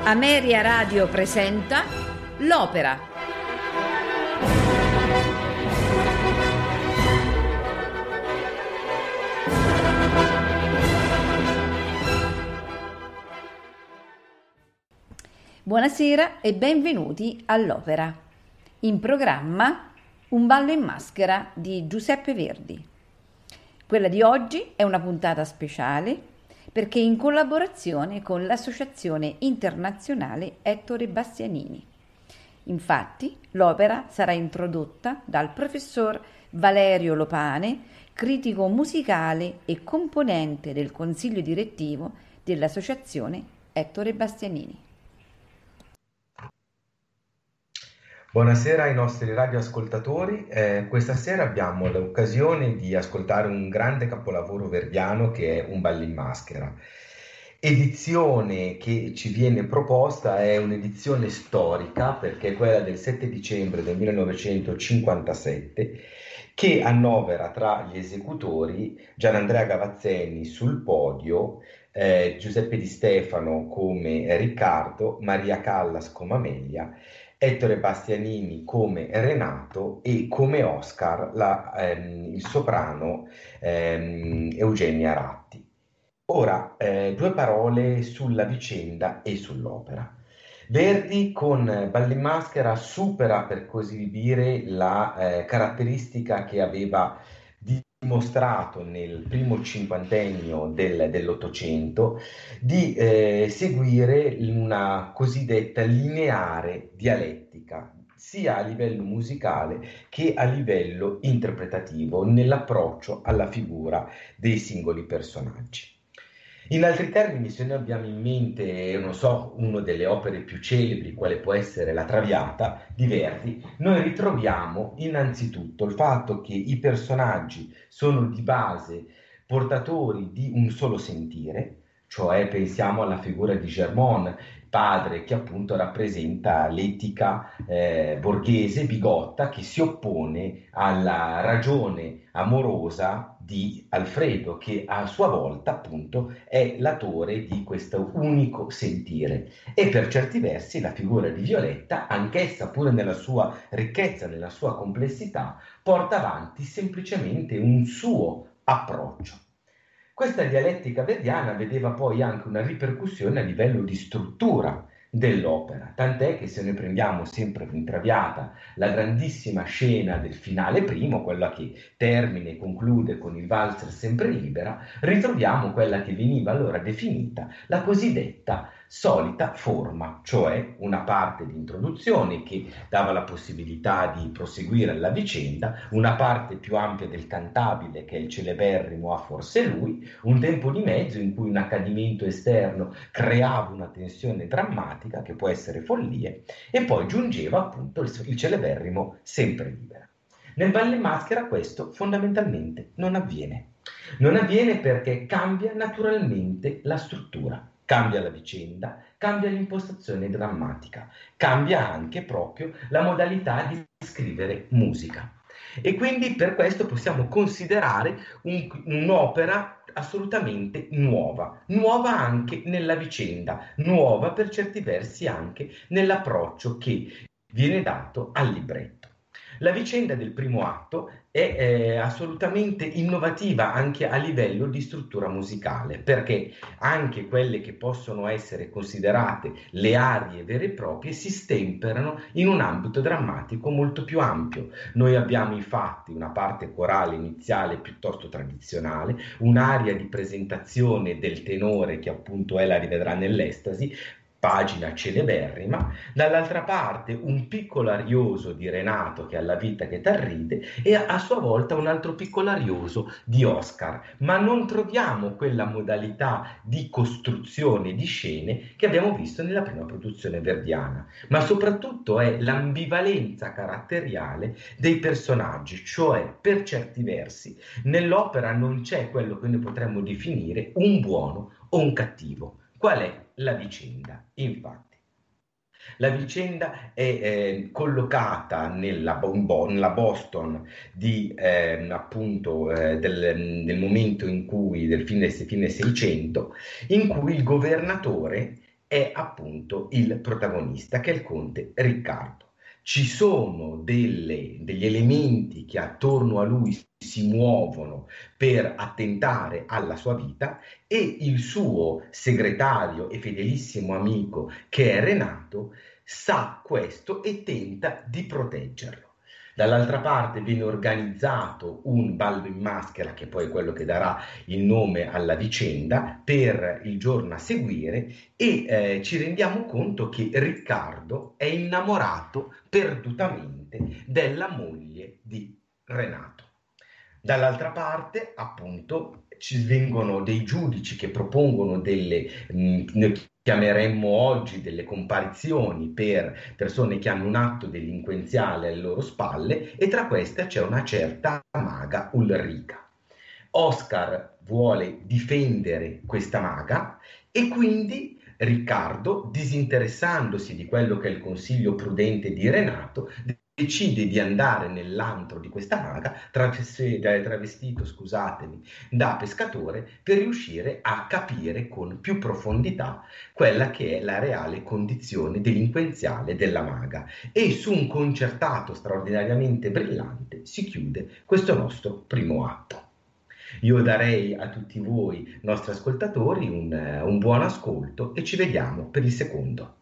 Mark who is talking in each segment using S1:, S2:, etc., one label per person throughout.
S1: Ameria Radio presenta L'Opera. Buonasera e benvenuti all'Opera. In programma Un ballo in maschera di Giuseppe Verdi. Quella di oggi è una puntata speciale perché in collaborazione con l'Associazione Internazionale Ettore Bastianini. Infatti, l'opera sarà introdotta dal professor Valerio Lopane, critico musicale e componente del consiglio direttivo dell'Associazione Ettore Bastianini.
S2: Buonasera ai nostri radioascoltatori. Questa sera abbiamo l'occasione di ascoltare un grande capolavoro verdiano che è Un ballo in maschera. Edizione che ci viene proposta è un'edizione storica perché è quella del 7 dicembre del 1957 che annovera tra gli esecutori Gianandrea Gavazzeni sul podio, Giuseppe Di Stefano come Riccardo, Maria Callas come Amelia, Ettore Bastianini come Renato e come Oscar il soprano Eugenia Ratti. Ora, due parole sulla vicenda e sull'opera. Verdi con Ballo in maschera supera, per così dire, la caratteristica che aveva dimostrato nel primo cinquantennio dell'Ottocento di seguire una cosiddetta lineare dialettica, sia a livello musicale che a livello interpretativo, nell'approccio alla figura dei singoli personaggi. In altri termini, se noi abbiamo in mente, non so, una delle opere più celebri, quale può essere La Traviata di Verdi, noi ritroviamo innanzitutto il fatto che i personaggi sono di base portatori di un solo sentire, cioè pensiamo alla figura di Germont, padre che appunto rappresenta l'etica borghese bigotta che si oppone alla ragione amorosa di Alfredo, che a sua volta appunto è l'autore di questo unico sentire. E per certi versi la figura di Violetta, anch'essa pure nella sua ricchezza, nella sua complessità, porta avanti semplicemente un suo approccio. Questa dialettica verdiana vedeva poi anche una ripercussione a livello di struttura dell'opera, tant'è che se noi prendiamo sempre in Traviata la grandissima scena del finale primo, quella che termina e conclude con il valzer sempre libera, ritroviamo quella che veniva allora definita la cosiddetta solita forma, cioè una parte di introduzione che dava la possibilità di proseguire la vicenda, una parte più ampia del cantabile che è il celeberrimo A forse lui, un tempo di mezzo in cui un accadimento esterno creava una tensione drammatica che può essere follie e poi giungeva appunto il celeberrimo sempre libera. Nel Ballo in maschera questo fondamentalmente non avviene. Non avviene perché cambia naturalmente la struttura. Cambia la vicenda, cambia l'impostazione drammatica, cambia anche proprio la modalità di scrivere musica. E quindi per questo possiamo considerare un'opera assolutamente nuova anche nella vicenda, nuova per certi versi anche nell'approccio che viene dato al libretto. La vicenda del primo atto è assolutamente innovativa anche a livello di struttura musicale, perché anche quelle che possono essere considerate le arie vere e proprie si stemperano in un ambito drammatico molto più ampio. Noi abbiamo infatti una parte corale iniziale piuttosto tradizionale, un'aria di presentazione del tenore che appunto ella rivedrà nell'estasi, pagina celeberrima, dall'altra parte un piccolo arioso di Renato che ha la vita che t'arride e a sua volta un altro piccolo arioso di Oscar, ma non troviamo quella modalità di costruzione di scene che abbiamo visto nella prima produzione verdiana, ma soprattutto è l'ambivalenza caratteriale dei personaggi, cioè per certi versi nell'opera non c'è quello che noi potremmo definire un buono o un cattivo. Qual è la vicenda? Infatti, la vicenda è collocata nella Boston del momento in cui, del fine 600, in cui il governatore è appunto il protagonista, che è il conte Riccardo. Ci sono degli elementi che attorno a lui si muovono per attentare alla sua vita, e il suo segretario e fedelissimo amico, che è Renato, sa questo e tenta di proteggerlo. Dall'altra parte viene organizzato un ballo in maschera, che poi è quello che darà il nome alla vicenda, per il giorno a seguire, e ci rendiamo conto che Riccardo è innamorato perdutamente della moglie di Renato. Dall'altra parte, appunto, ci vengono dei giudici che propongono noi chiameremmo oggi delle comparizioni per persone che hanno un atto delinquenziale alle loro spalle, e tra queste c'è una certa maga Ulrica. Oscar vuole difendere questa maga, e quindi Riccardo, disinteressandosi di quello che è il consiglio prudente di Renato, decide di andare nell'antro di questa maga travestito, scusatemi, da pescatore, per riuscire a capire con più profondità quella che è la reale condizione delinquenziale della maga. E su un concertato straordinariamente brillante si chiude questo nostro primo atto. Io darei a tutti voi, nostri ascoltatori, un buon ascolto, e ci vediamo per il secondo.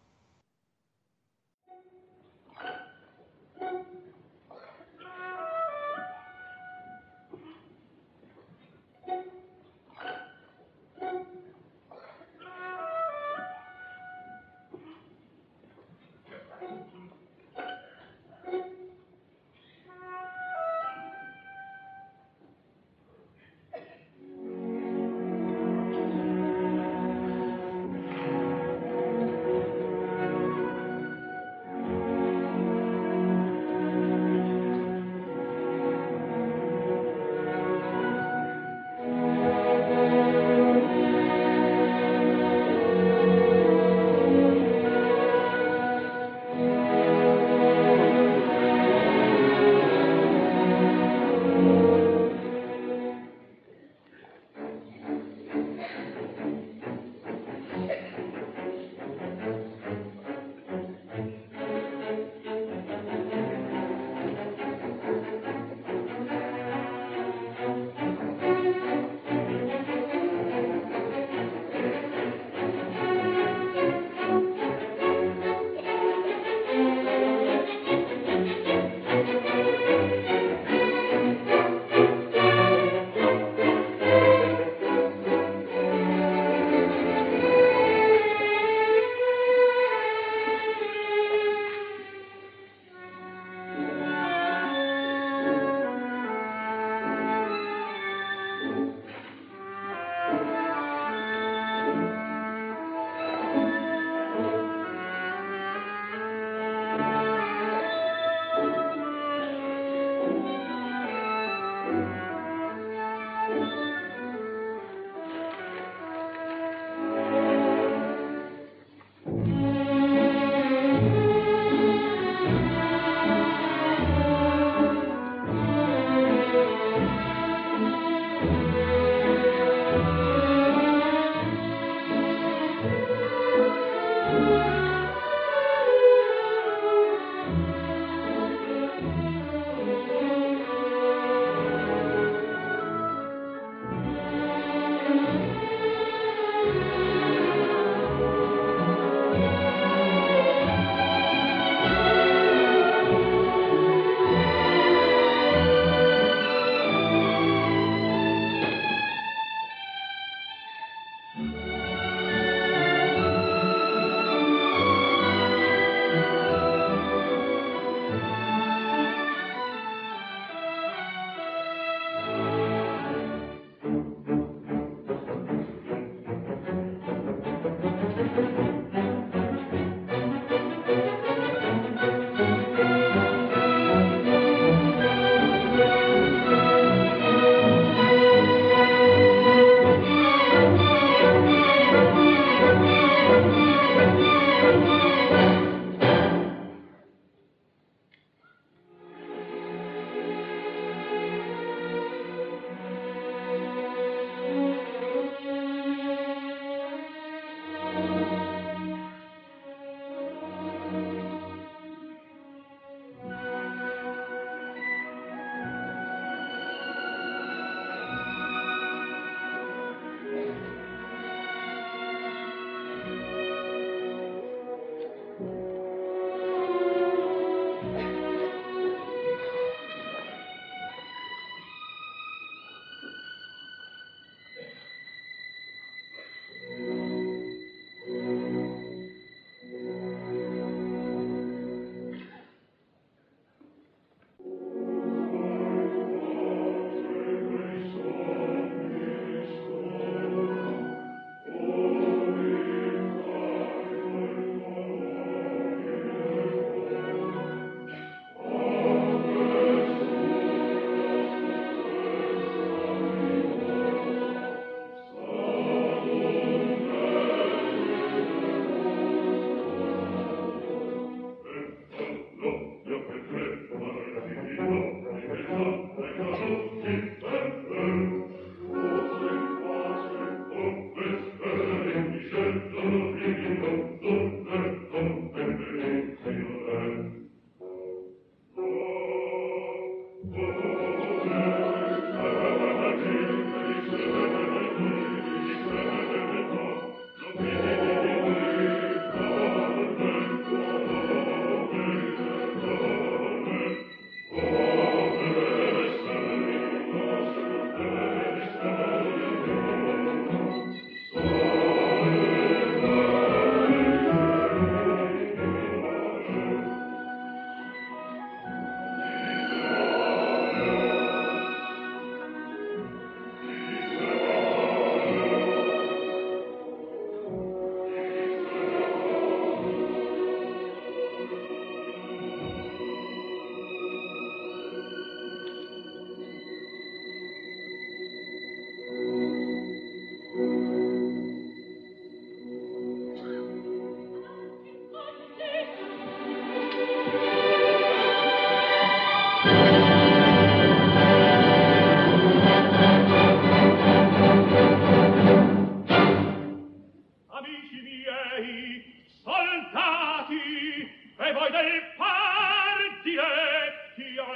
S3: voi del par diretti a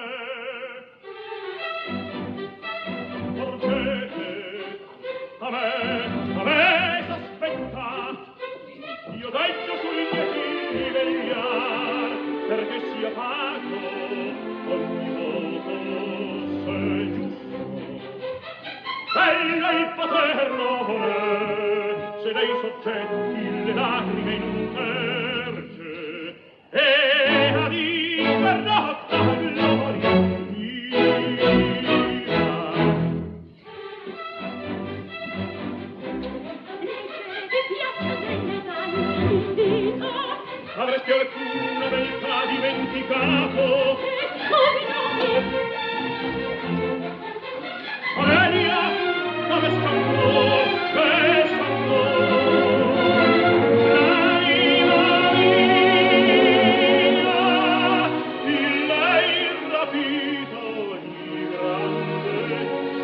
S3: me. Porgete a me s'aspetta, io deggio sui miei figli vegliar, perché sia pago ogni voto se giusto. Bella il poterlo voler, se lei soggetti le lacrime non terge, e a disperata gloria mia. Avresti alcuna beltà dimenticato? Aurelia, dove scandò, che scandò? L'anima mia, il lei rapito di grande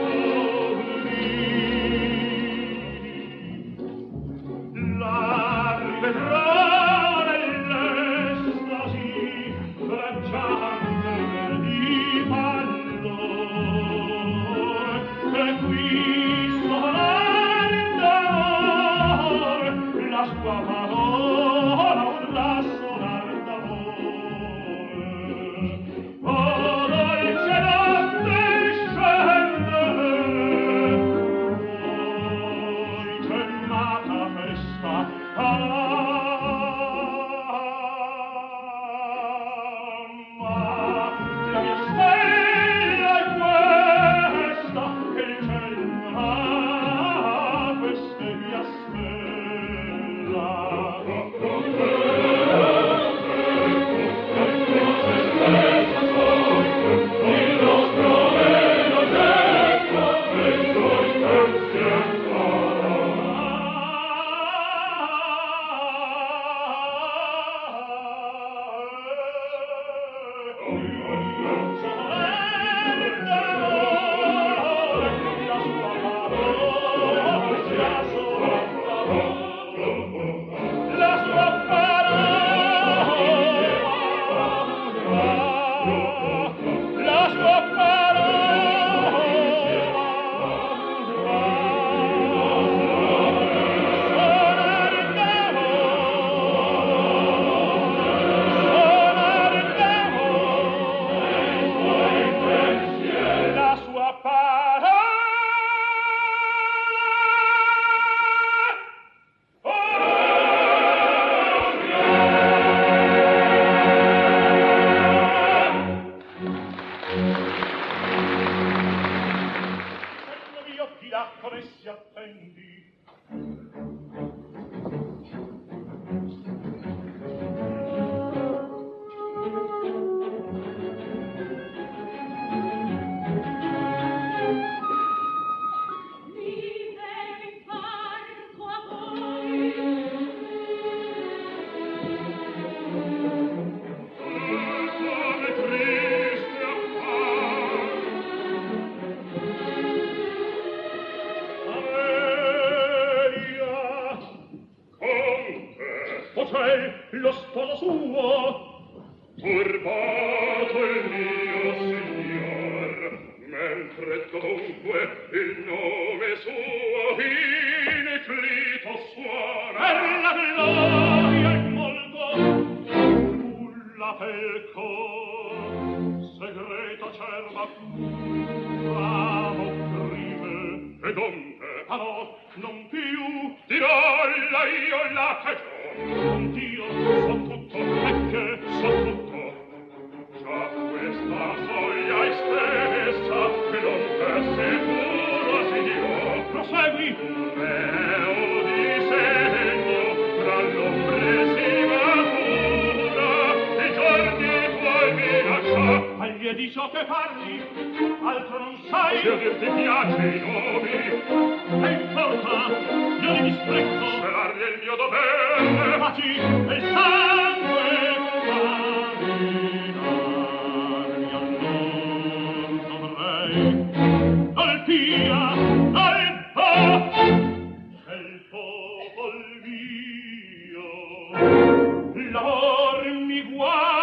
S3: sovrì. La rivedrò nell'estasi bracciante di pallor, e qui sonar d'amor, la sua parola, la sonar d'amor. Oh, dolce notte scende, dolce nata festa, ma la mia stella è questa, che il ciel ha queste via lo sposo suo, turbato il mio signor, mentre dunque il nome suo ineclito suona, per la gloria il molto nulla pel cor, segreto cerva opprime, e donde no, non più dirò io la cagione. Dio so tutto e che so tutto, già questa soglia è stessa che non per sicuro sia. Prosegui. Neo disegno tra l'ombre si matura, i giorni tuoi minaccia. Agli è di ciò che parli, altro non sai. Se a dir ti piace i nomi, e importa, io li disprezzo. Svelarli è il mio dovere. Baci e il sangue marinarmi a non dovrei. Alpia, alpa, è il popol mio, l'amor mi guarda.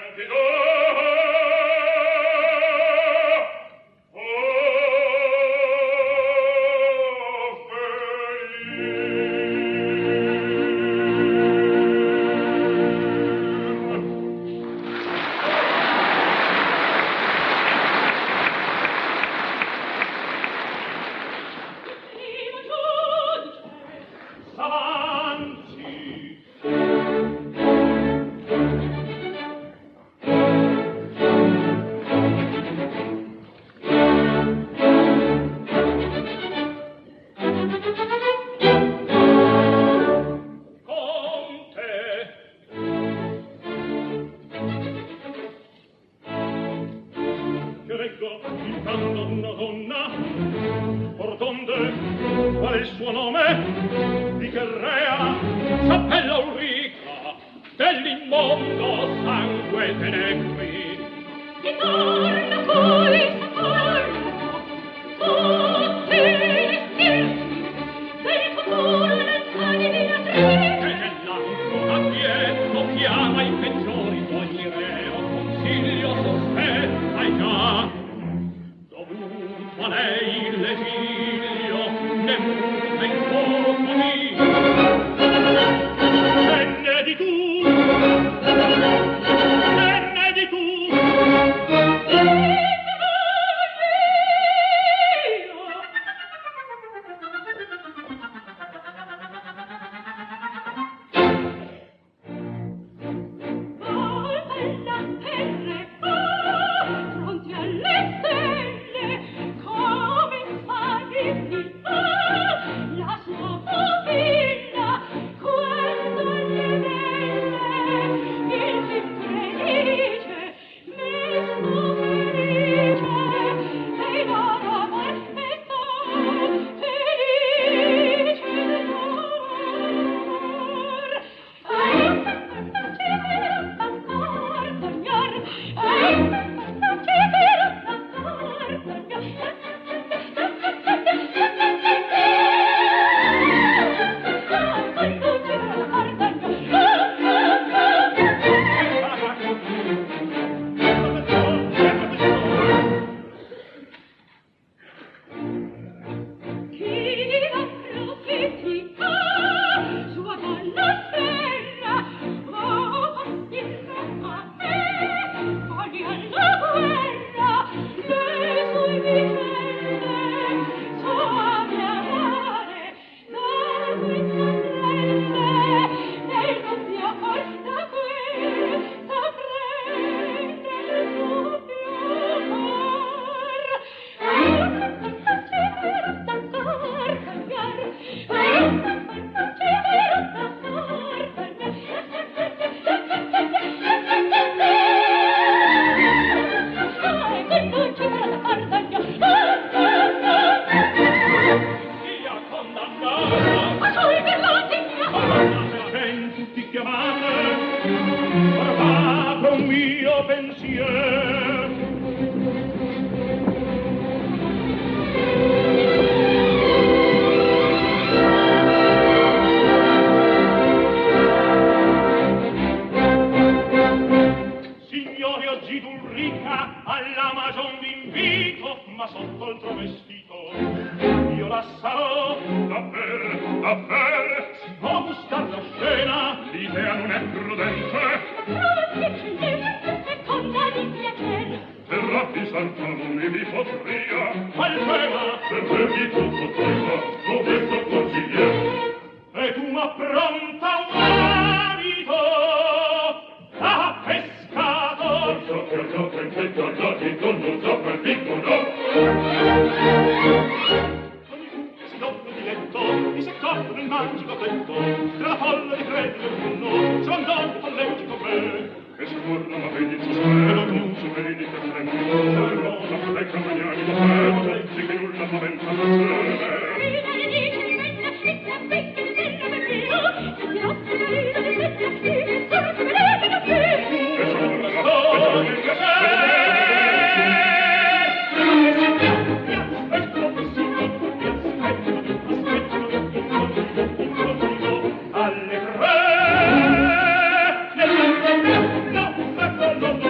S3: No,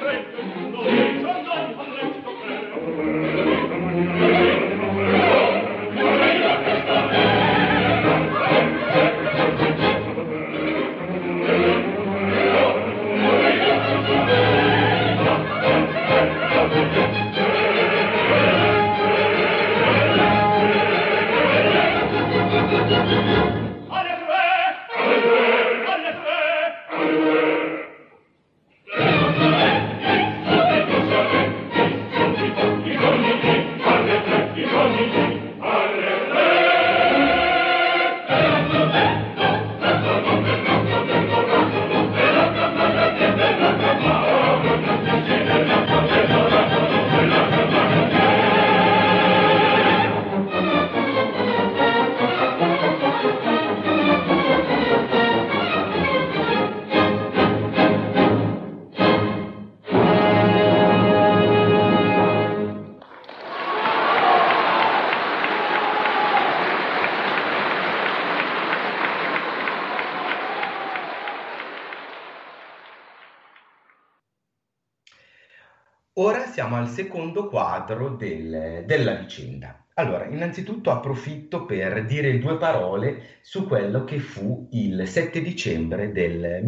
S2: Ora siamo al secondo quadro della vicenda. Allora, innanzitutto approfitto per dire due parole su quello che fu il 7 dicembre del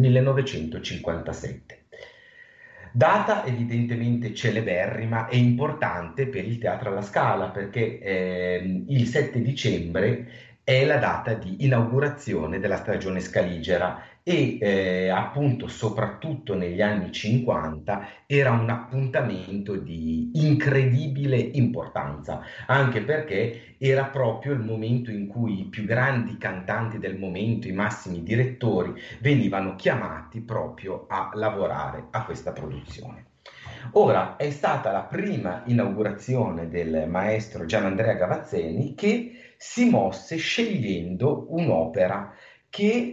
S2: 1957. Data evidentemente celeberrima e importante per il Teatro alla Scala, perché il 7 dicembre è la data di inaugurazione della stagione scaligera e appunto soprattutto negli anni 50 era un appuntamento di incredibile importanza, anche perché era proprio il momento in cui i più grandi cantanti del momento, i massimi direttori, venivano chiamati proprio a lavorare a questa produzione. Ora è stata la prima inaugurazione del maestro Gianandrea Gavazzeni che si mosse scegliendo un'opera che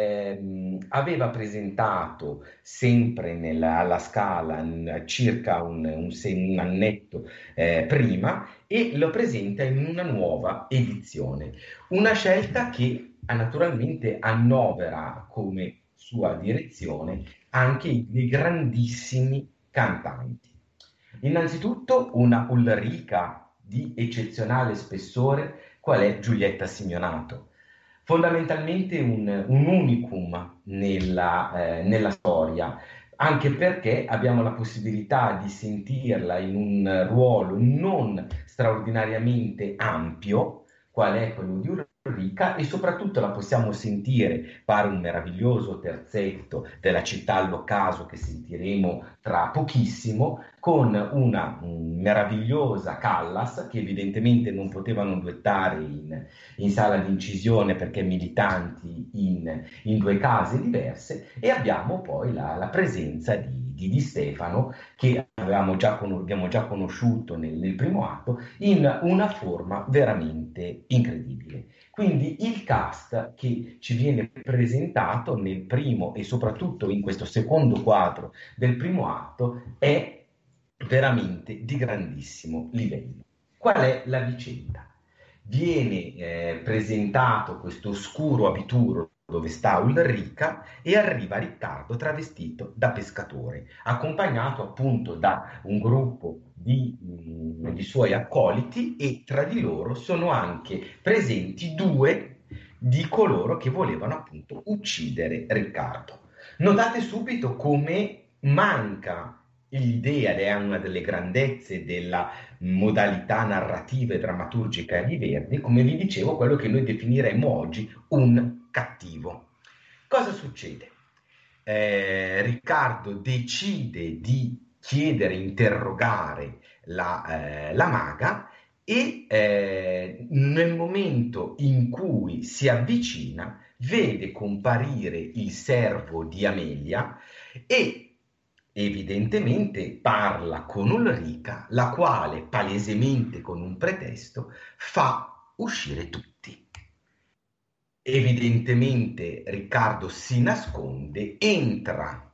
S2: aveva presentato sempre alla Scala circa un annetto prima e lo presenta in una nuova edizione. Una scelta che naturalmente annovera come sua direzione anche dei grandissimi cantanti. Innanzitutto una Ulrica di eccezionale spessore, qual è Giulietta Simeonato. Fondamentalmente un unicum nella storia, anche perché abbiamo la possibilità di sentirla in un ruolo non straordinariamente ampio, qual è quello di Ulrica, e soprattutto la possiamo sentire fare un meraviglioso terzetto della città all'occaso che sentiremo tra pochissimo, con una meravigliosa Callas che evidentemente non potevano duettare in sala di incisione perché militanti in due case diverse, e abbiamo poi la presenza di Stefano che abbiamo già conosciuto nel primo atto in una forma veramente incredibile. Quindi il cast che ci viene presentato nel primo e soprattutto in questo secondo quadro del primo atto è veramente di grandissimo livello. Qual è la vicenda? Viene presentato questo oscuro abituro dove sta Ulrica e arriva Riccardo travestito da pescatore, accompagnato appunto da un gruppo di suoi accoliti, e tra di loro sono anche presenti due di coloro che volevano appunto uccidere Riccardo. Notate subito come manca l'idea, ed è una delle grandezze della modalità narrativa e drammaturgica di Verdi, come vi dicevo, quello che noi definiremmo oggi un cattivo. Cosa succede? Riccardo decide di chiedere, interrogare la maga e nel momento in cui si avvicina vede comparire il servo di Amelia e evidentemente parla con Ulrica, la quale palesemente con un pretesto fa uscire tutti. Evidentemente Riccardo si nasconde, entra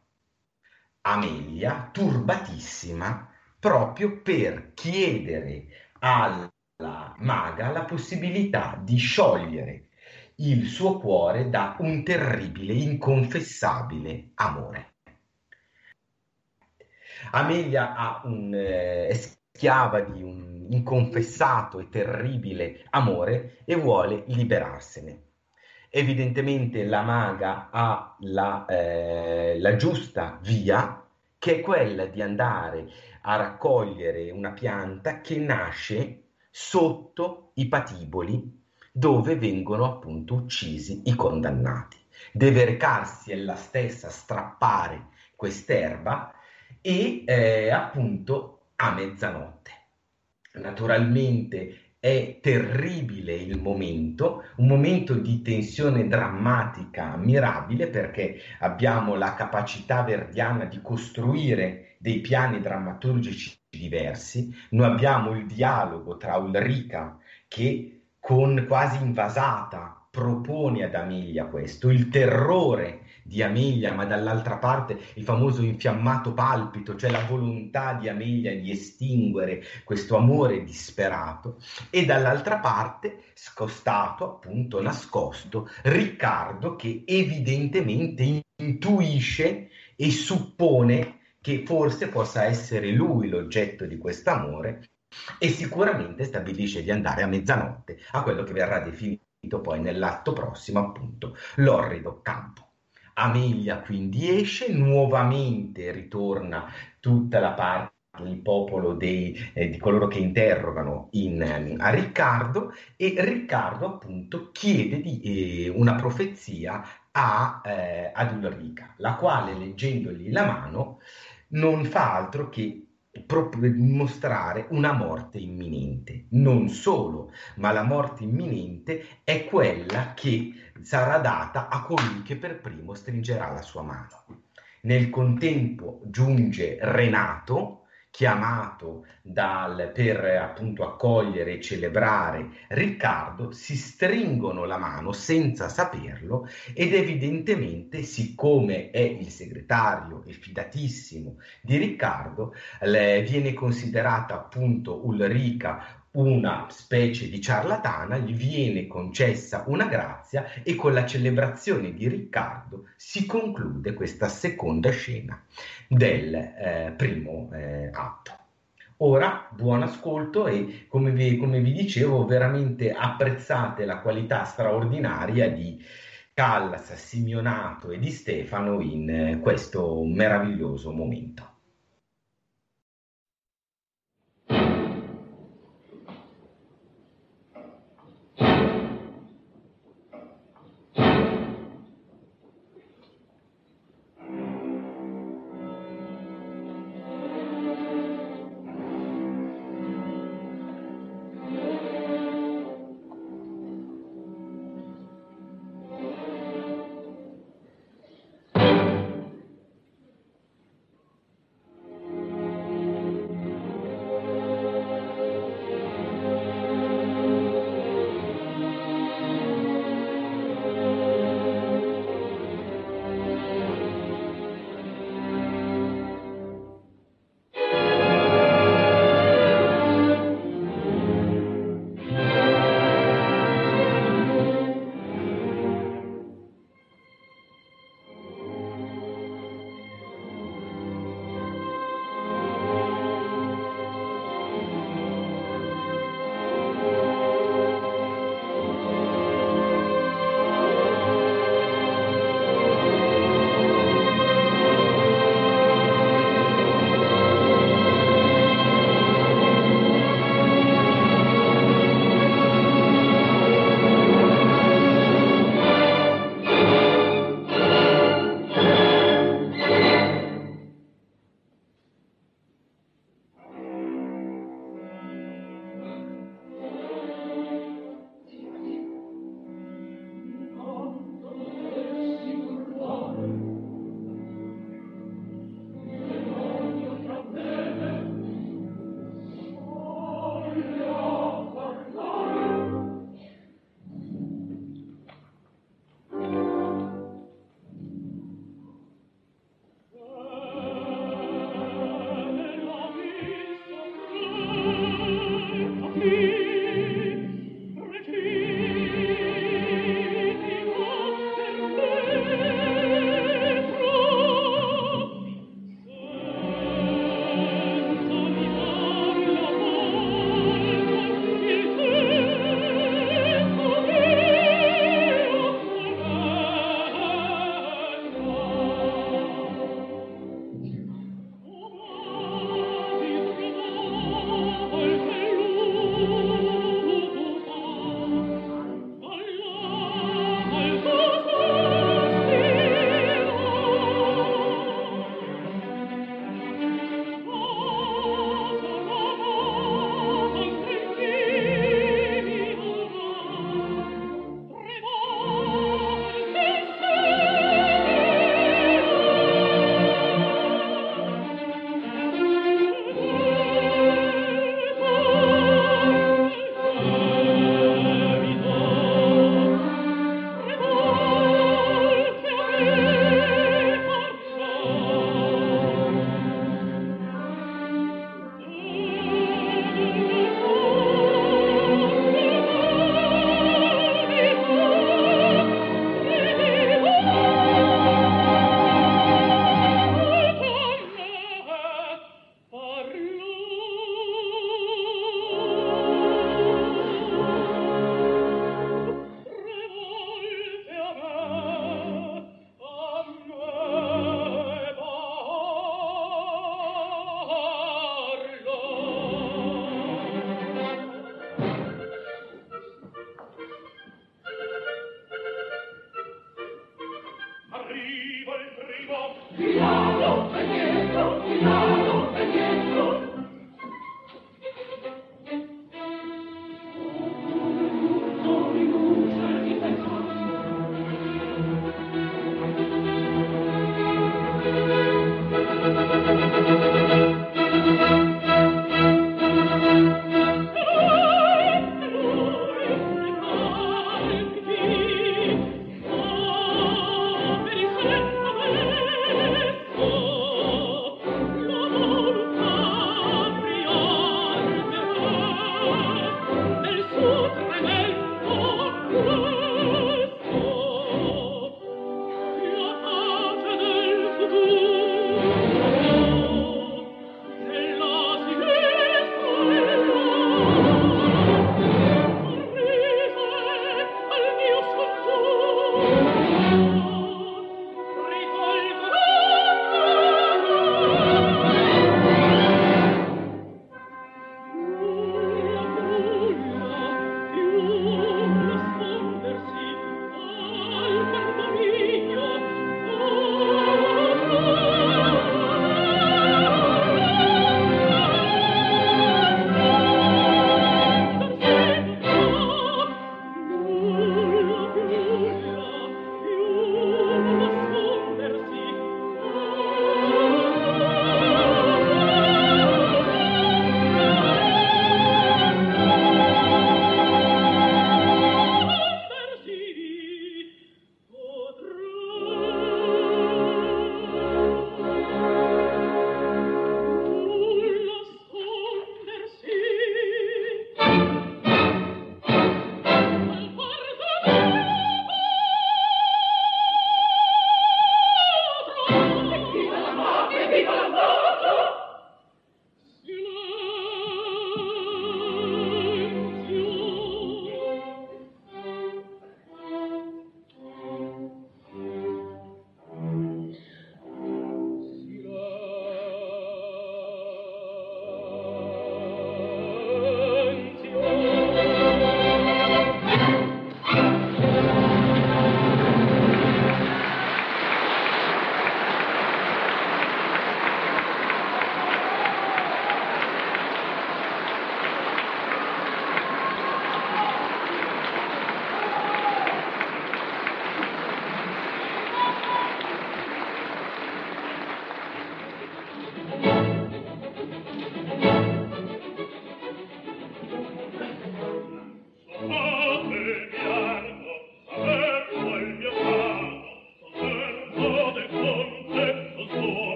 S2: Amelia turbatissima proprio per chiedere alla maga la possibilità di sciogliere il suo cuore da un terribile, inconfessabile amore. Amelia è schiava di un inconfessato e terribile amore e vuole liberarsene. Evidentemente la maga ha la giusta via, che è quella di andare a raccogliere una pianta che nasce sotto i patiboli dove vengono appunto uccisi i condannati. Deve recarsi ella stessa, strappare quest'erba e appunto a mezzanotte. Naturalmente è terribile il momento, un momento di tensione drammatica mirabile perché abbiamo la capacità verdiana di costruire dei piani drammaturgici diversi. Noi abbiamo il dialogo tra Ulrica che con quasi invasata propone ad Amelia questo, il terrore di Amelia, ma dall'altra parte il famoso infiammato palpito, cioè la volontà di Amelia di estinguere questo amore disperato, e dall'altra parte, scostato, appunto nascosto, Riccardo che evidentemente intuisce e suppone che forse possa essere lui l'oggetto di quest'amore e sicuramente stabilisce di andare a mezzanotte a quello che verrà definito poi nell'atto prossimo appunto l'orrido campo. Amelia quindi esce, nuovamente ritorna tutta la parte il popolo di coloro che interrogano a Riccardo e Riccardo appunto chiede una profezia ad Ulrica, la quale leggendogli la mano non fa altro che mostrare una morte imminente. Non solo, ma la morte imminente è quella che sarà data a colui che per primo stringerà la sua mano. Nel contempo giunge Renato, chiamato per appunto accogliere e celebrare Riccardo, si stringono la mano senza saperlo ed evidentemente, siccome è il segretario e fidatissimo di Riccardo, viene considerata appunto Ulrica una specie di ciarlatana, gli viene concessa una grazia e con la celebrazione di Riccardo si conclude questa seconda scena del primo atto. Ora, buon ascolto e come vi dicevo, veramente apprezzate la qualità straordinaria di Callas, Simeonato e di Stefano in questo meraviglioso momento.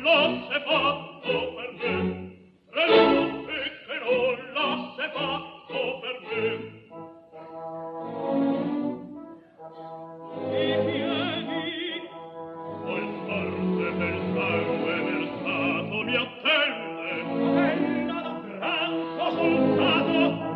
S3: l'ha fatto per me, tre notti che non l'ha fatto per me. I piedi, poi forse per sangue versato mi attende, quella da pranzo soldato.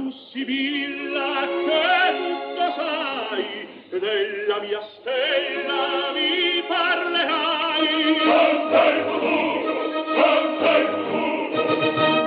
S3: tu Sibilla che tutto sai, della mia stella mi parlerai. Canta il futuro, canta il futuro.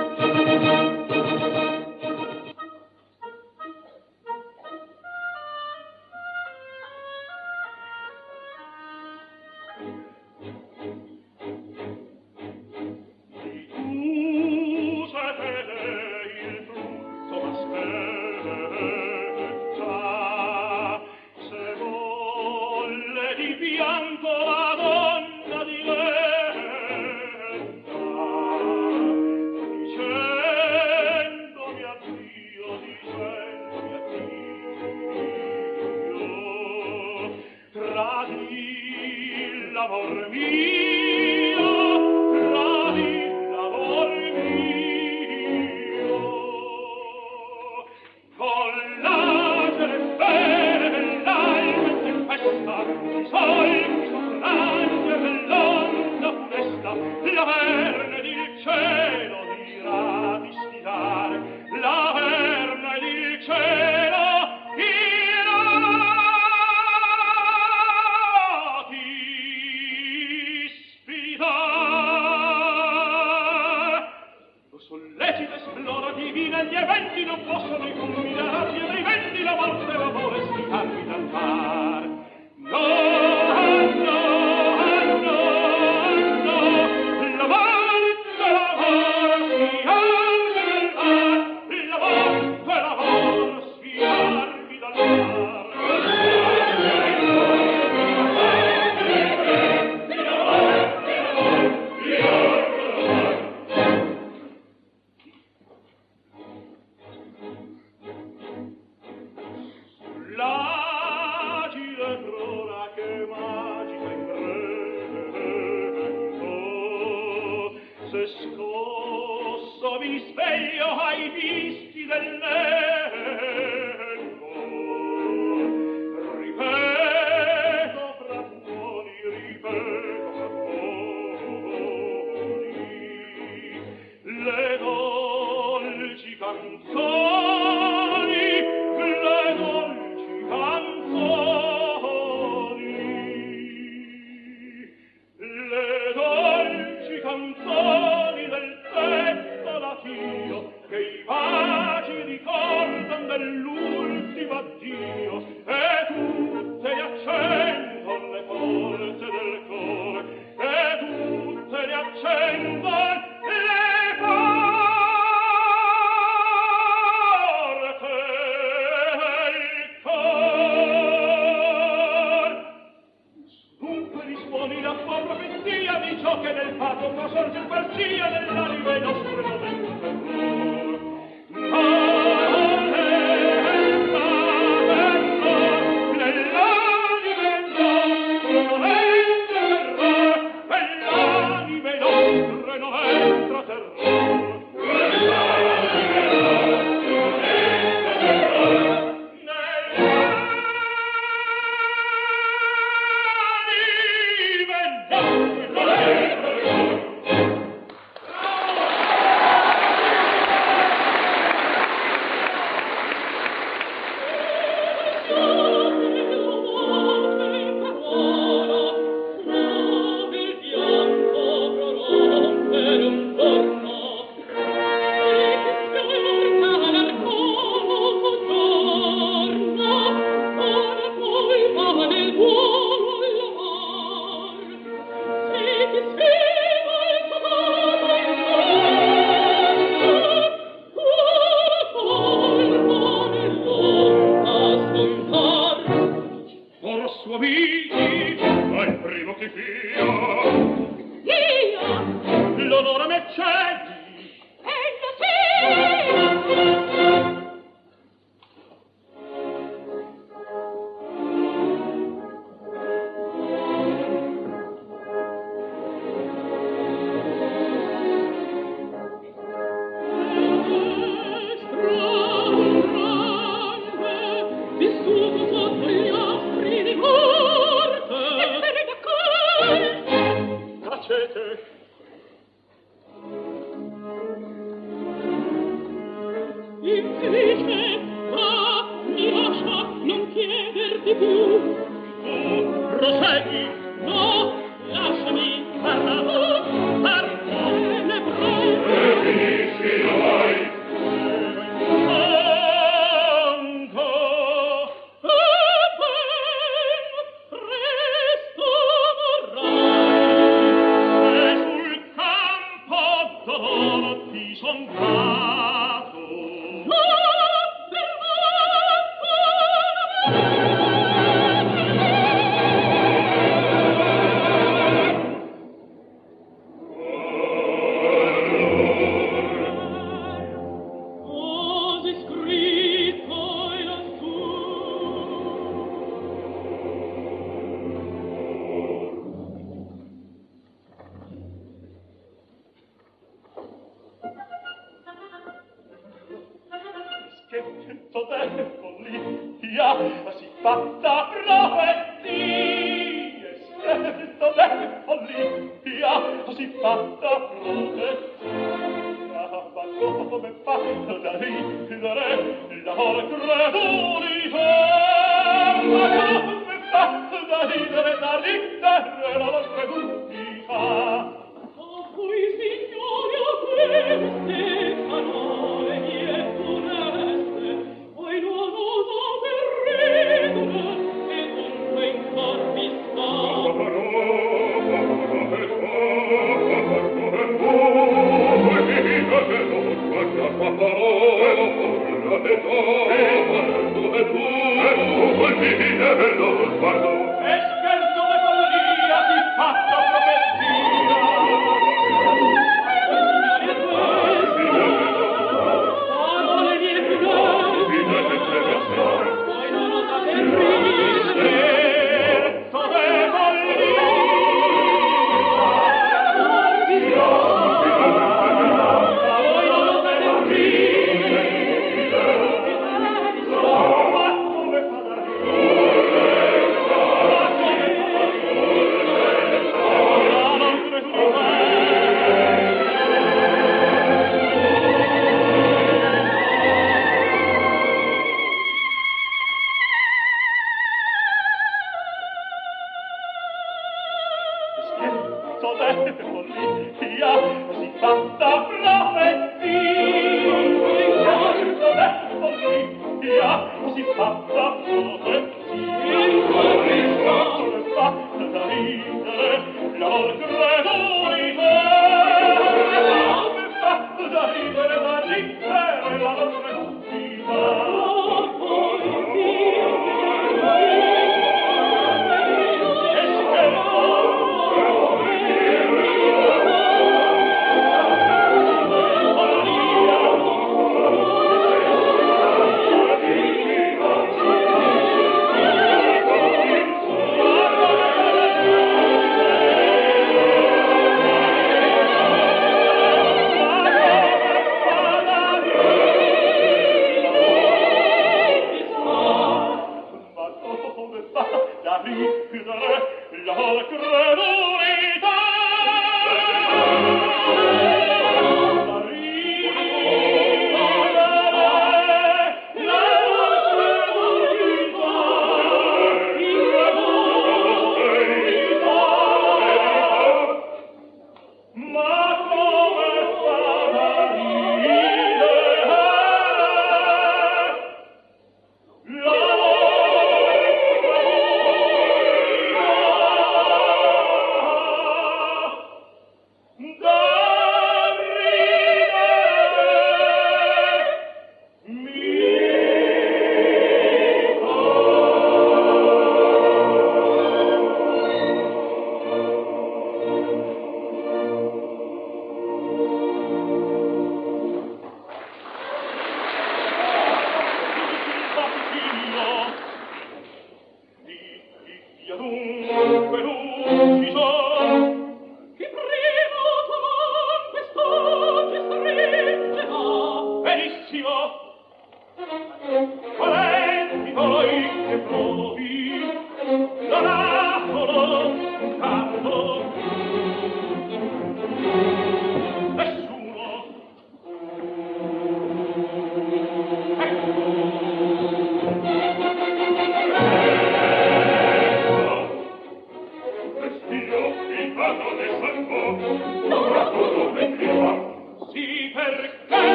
S3: infelice, ah, mi lascia non chiederti più. Tu prosegui, no, lasciami, parla tu, parla, ne prego. E finisci noi.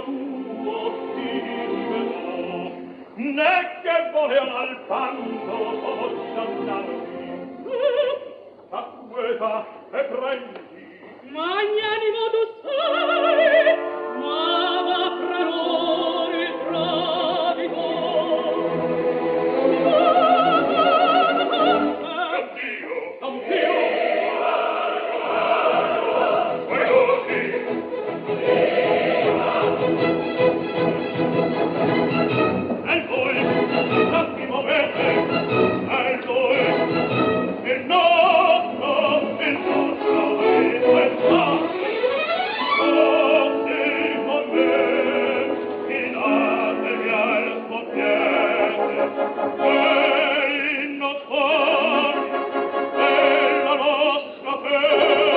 S3: tuo dirò, né che volea al bando possa andarmi. Acqueta e prendi,
S4: magnanimo tu sei, ma va fra noi il tradito.
S3: Non più, vuoi così? E voi, non vi muovete, e voi, il nostro è questa. Così con me, fidatevi al potente, e il nostro è la nostra fede.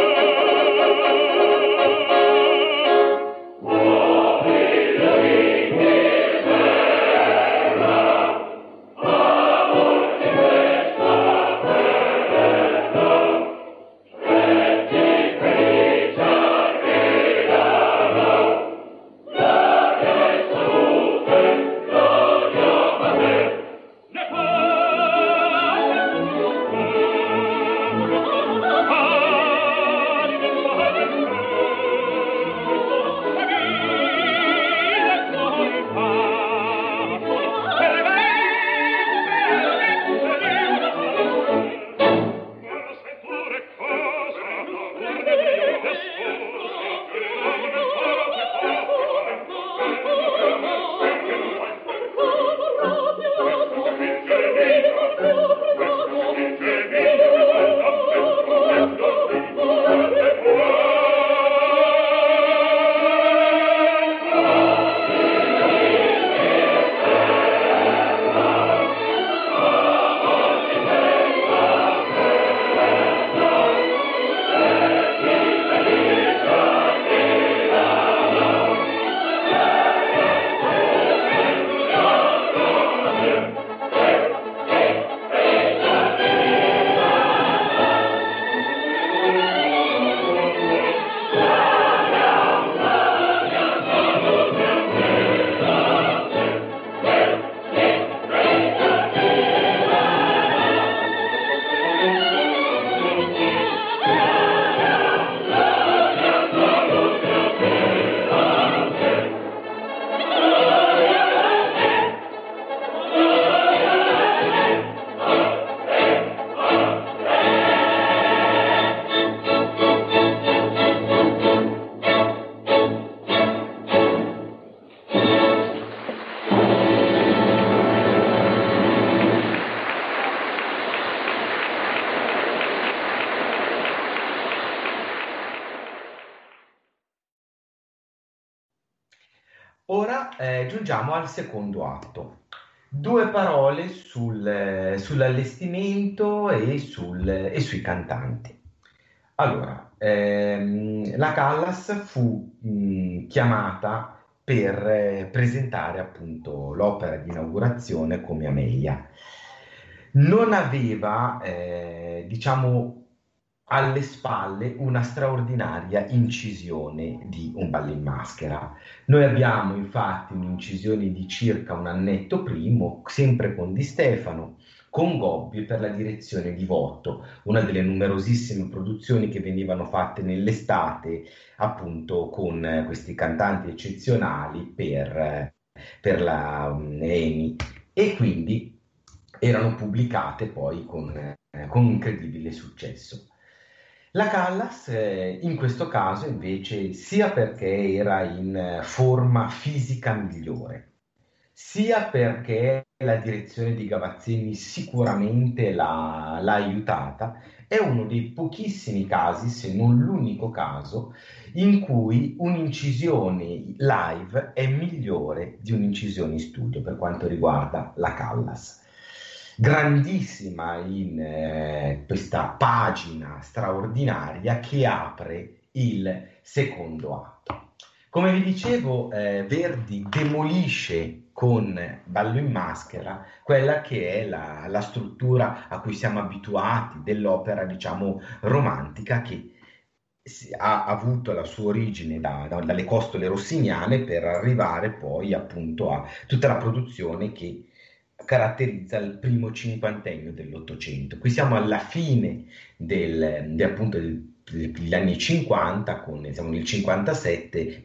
S2: Ora giungiamo al secondo atto. Due parole sull'allestimento e sui cantanti. Allora, la Callas fu chiamata per presentare appunto l'opera di inaugurazione come Amelia. Non aveva, diciamo, alle spalle una straordinaria incisione di Un ballo in maschera. Noi abbiamo infatti un'incisione di circa un annetto prima, sempre con Di Stefano, con Gobbi per la direzione di Votto, una delle numerosissime produzioni che venivano fatte nell'estate, appunto con questi cantanti eccezionali per la EMI, e quindi erano pubblicate poi con incredibile successo. La Callas in questo caso invece, sia perché era in forma fisica migliore, sia perché la direzione di Gavazzini sicuramente l'ha aiutata, è uno dei pochissimi casi, se non l'unico caso, in cui un'incisione live è migliore di un'incisione in studio per quanto riguarda la Callas. Grandissima in questa pagina straordinaria che apre il secondo atto. Come vi dicevo, Verdi demolisce con Ballo in maschera quella che è la struttura a cui siamo abituati dell'opera, diciamo, romantica, che ha avuto la sua origine dalle costole rossiniane per arrivare poi appunto a tutta la produzione che caratterizza il primo cinquantennio dell'Ottocento. Qui siamo alla fine appunto degli anni 50, siamo nel 57,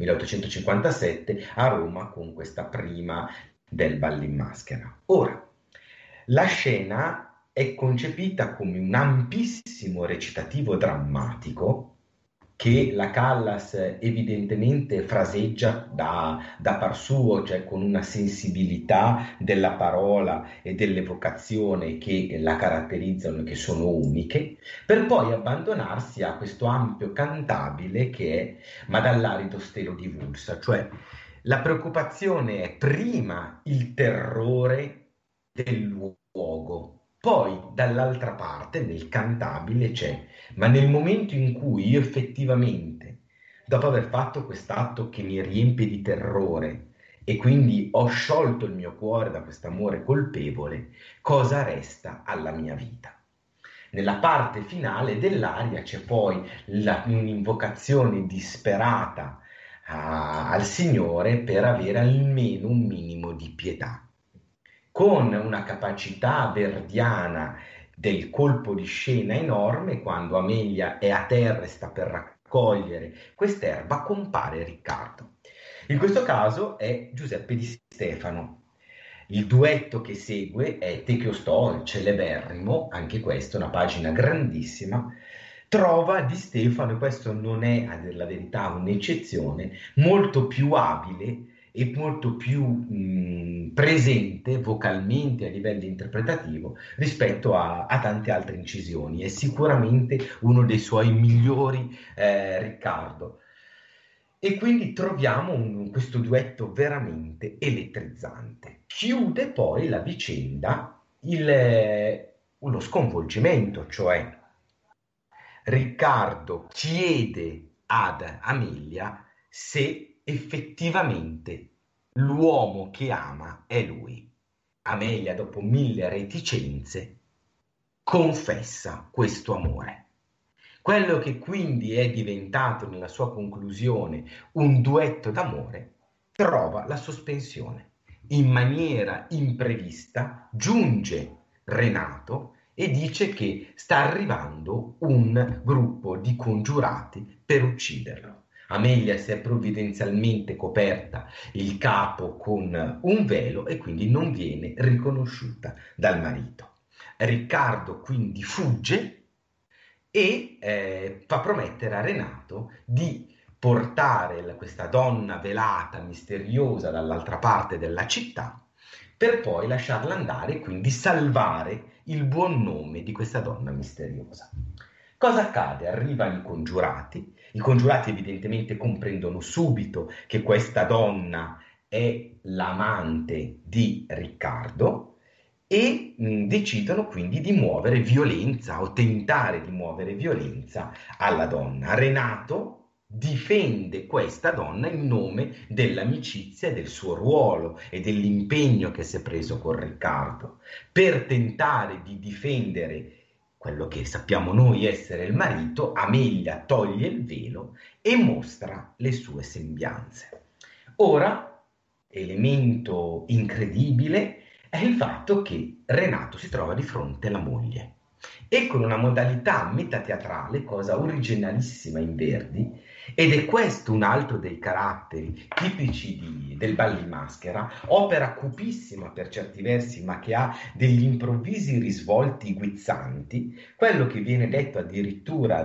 S2: 1857, a Roma con questa prima del Ballo in Maschera. Ora, la scena è concepita come un ampissimo recitativo drammatico che la Callas evidentemente fraseggia da par suo, cioè con una sensibilità della parola e dell'evocazione che la caratterizzano e che sono uniche, per poi abbandonarsi a questo ampio cantabile che è Ma dall'arido stelo di Vulsa, cioè la preoccupazione è prima il terrore del luogo, poi dall'altra parte nel cantabile c'è, ma nel momento in cui io effettivamente, dopo aver fatto quest'atto che mi riempie di terrore e quindi ho sciolto il mio cuore da quest'amore colpevole, cosa resta alla mia vita? Nella parte finale dell'aria c'è poi un'invocazione disperata al Signore per avere almeno un minimo di pietà. Con una capacità verdiana del colpo di scena enorme, quando Amelia è a terra e sta per raccogliere quest'erba, compare Riccardo. In questo caso è Giuseppe Di Stefano. Il duetto che segue è Te che io sto, il celeberrimo, anche questo, una pagina grandissima, trova Di Stefano, e questo non è, a dire la verità, un'eccezione, molto più abile e molto più presente vocalmente a livello interpretativo rispetto a tante altre incisioni. È sicuramente uno dei suoi migliori Riccardo. E quindi troviamo questo duetto veramente elettrizzante. Chiude poi la vicenda uno sconvolgimento, cioè Riccardo chiede ad Amelia se effettivamente l'uomo che ama è lui. Amelia, dopo 1000 reticenze, confessa questo amore. Quello che quindi è diventato nella sua conclusione un duetto d'amore trova la sospensione. In maniera imprevista giunge Renato e dice che sta arrivando un gruppo di congiurati per ucciderlo. Amelia si è provvidenzialmente coperta il capo con un velo e quindi non viene riconosciuta dal marito. Riccardo quindi fugge e fa promettere a Renato di portare questa donna velata, misteriosa, dall'altra parte della città, per poi lasciarla andare e quindi salvare il buon nome di questa donna misteriosa. Cosa accade? Arrivano i congiurati evidentemente comprendono subito che questa donna è l'amante di Riccardo e decidono quindi di muovere violenza o tentare di muovere violenza alla donna. Renato difende questa donna in nome dell'amicizia e del suo ruolo e dell'impegno che si è preso con Riccardo. Per tentare di difendere quello che sappiamo noi essere il marito, Amelia toglie il velo e mostra le sue sembianze. Ora, elemento incredibile, è il fatto che Renato si trova di fronte alla moglie e con una modalità metateatrale, cosa originalissima in Verdi, ed è questo un altro dei caratteri tipici del Ballo in Maschera, opera cupissima per certi versi ma che ha degli improvvisi risvolti guizzanti, quello che viene detto addirittura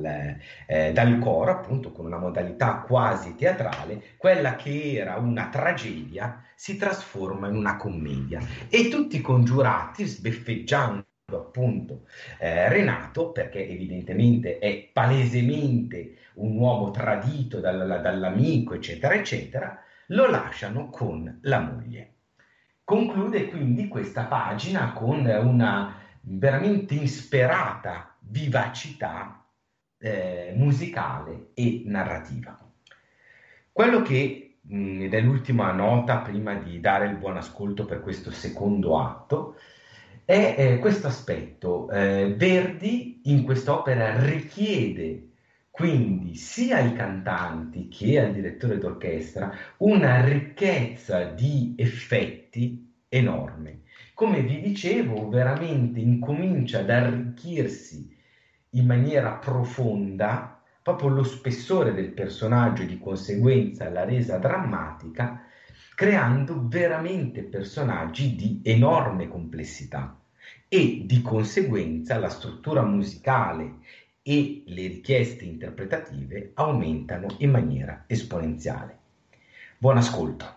S2: dal coro, appunto con una modalità quasi teatrale, quella che era una tragedia si trasforma in una commedia e tutti i congiurati, sbeffeggiando appunto Renato, perché evidentemente è palesemente un uomo tradito dall'amico, eccetera, eccetera, lo lasciano con la moglie. Conclude quindi questa pagina con una veramente insperata vivacità musicale e narrativa. Quello che, ed è l'ultima nota prima di dare il buon ascolto per questo secondo atto, è questo aspetto. Verdi in quest'opera richiede quindi sia ai cantanti che al direttore d'orchestra una ricchezza di effetti enorme. Come vi dicevo, veramente incomincia ad arricchirsi in maniera profonda proprio lo spessore del personaggio e di conseguenza la resa drammatica, creando veramente personaggi di enorme complessità e di conseguenza la struttura musicale e le richieste interpretative aumentano in maniera esponenziale. Buon ascolto.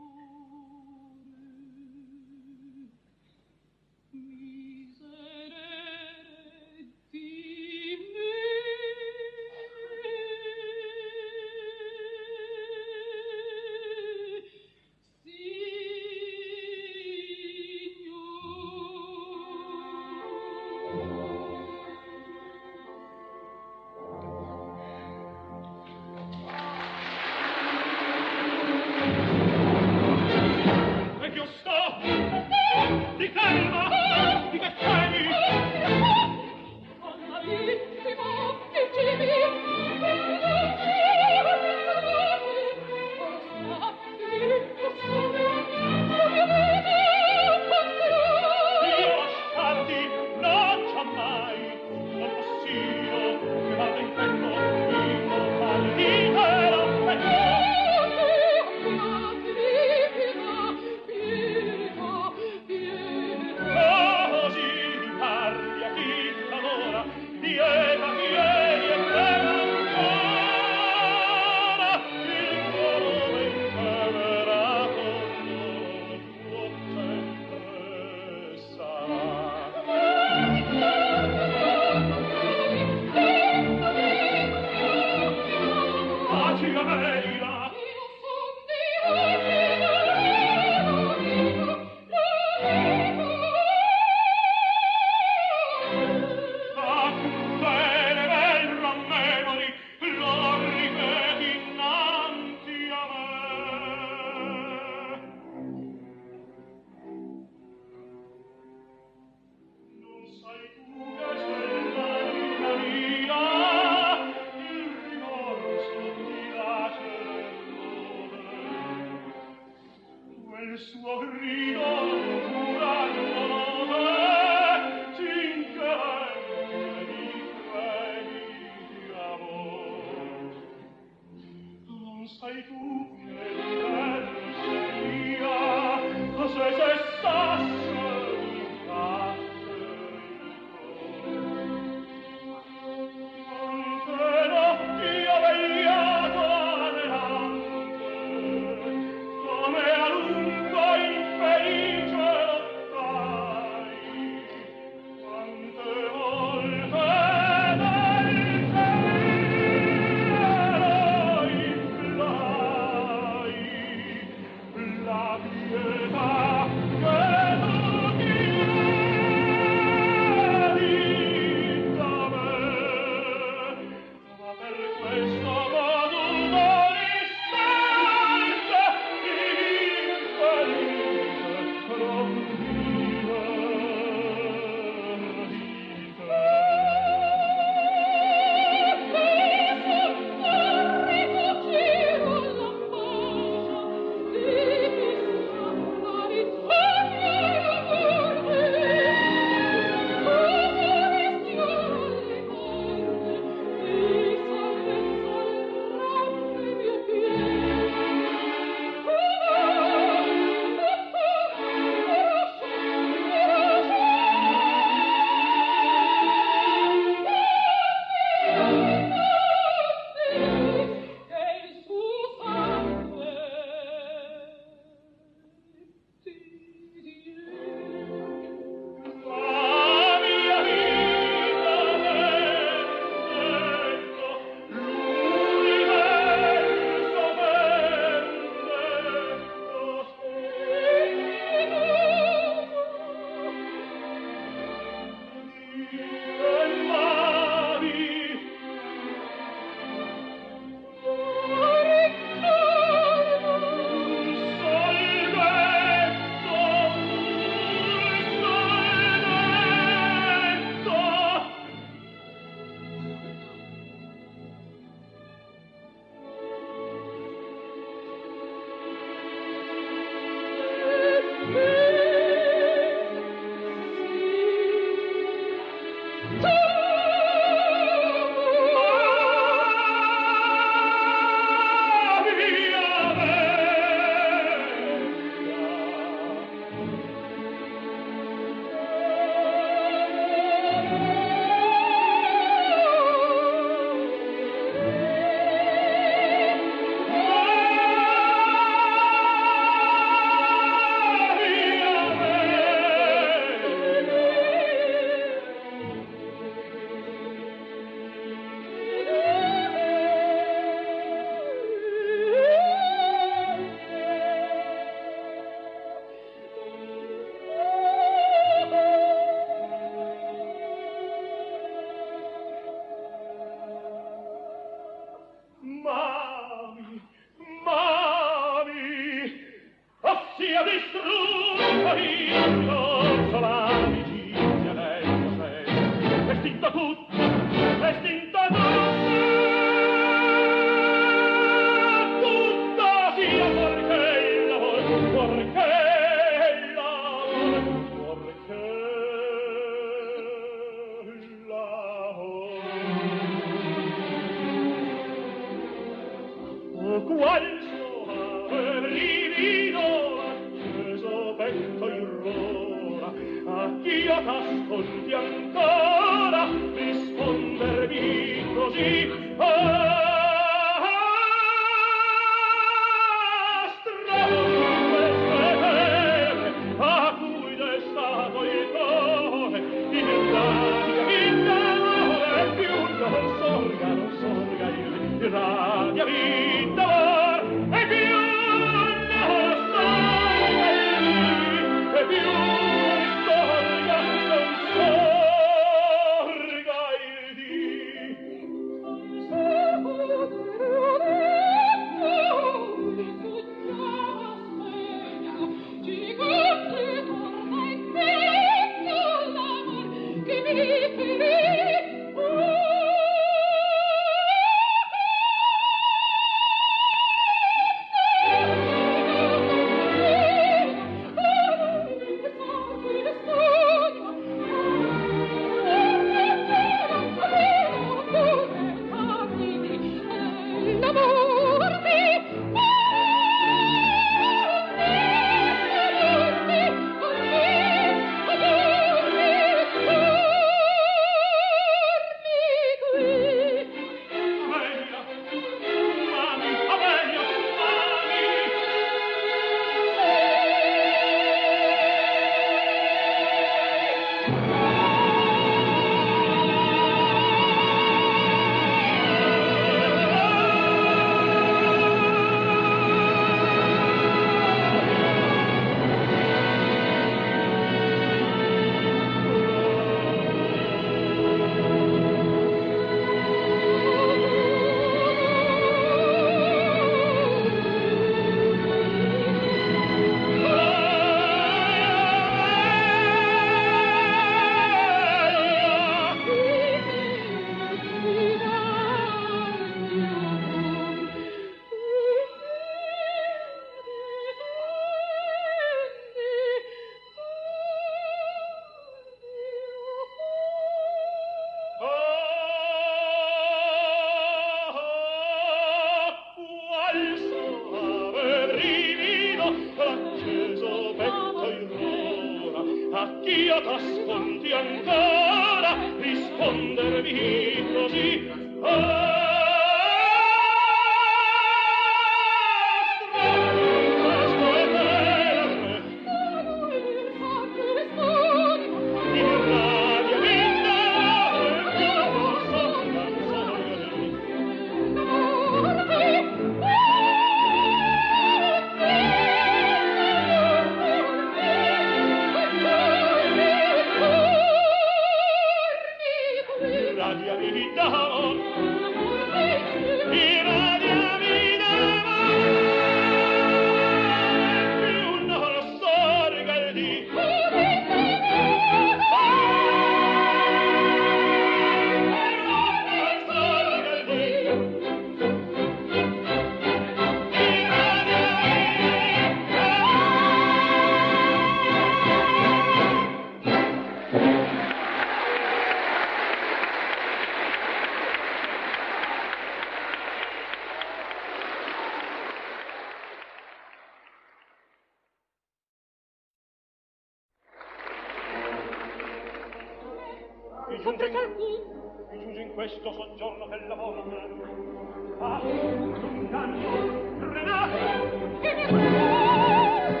S4: compresa alcun.
S3: Mi giunge in questo soggiorno che lavoro. Ah, un canto, Renata!
S4: Che mi accorge!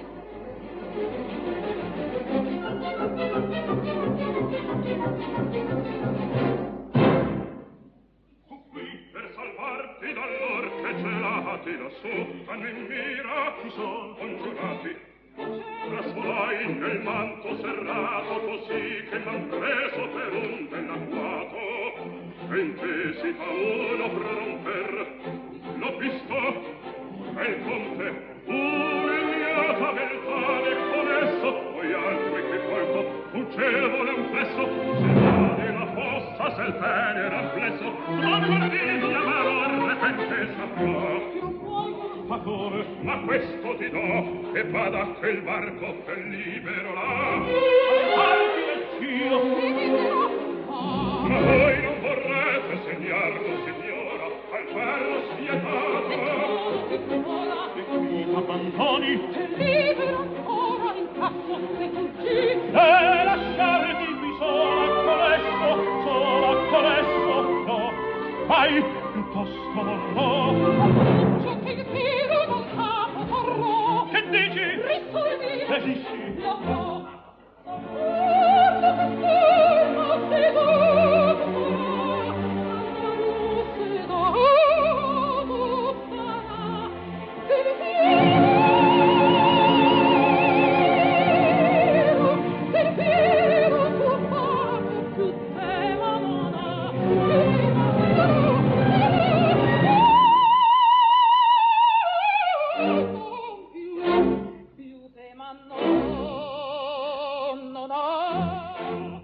S3: Per salvarti dall'or che celati lassù hanno in mira chi son congiurati. Trasolai nel manto serrato così che m'han preso per un dell'agguato e in te si fa uno proromper. L'ho visto e il conte umiliata beltà e con esso poi altri che colto fuggevole un plesso se vade la fossa se il pene ramplesso non guardini amaro a repente saprà. Ma come? Ma questo ti do e vada a quel barco che libero là. Alti del Cio. Ma voi non vorrete segnarlo, signora, al ferro spietato. E qui abbandoni.
S4: Che libero ancora in cazzo e fuggì.
S3: E lasciarti qui sola con esso, no. Vai, piuttosto vorrò.
S4: Che il tiro dal capo torrò.
S3: Che dici?
S4: Risolvi.
S3: Resisci.
S4: Lo può. Guarda quest'uomo seduto. Seduto sarà. Del vero suo fatto più tema non ha. Più tema non ha.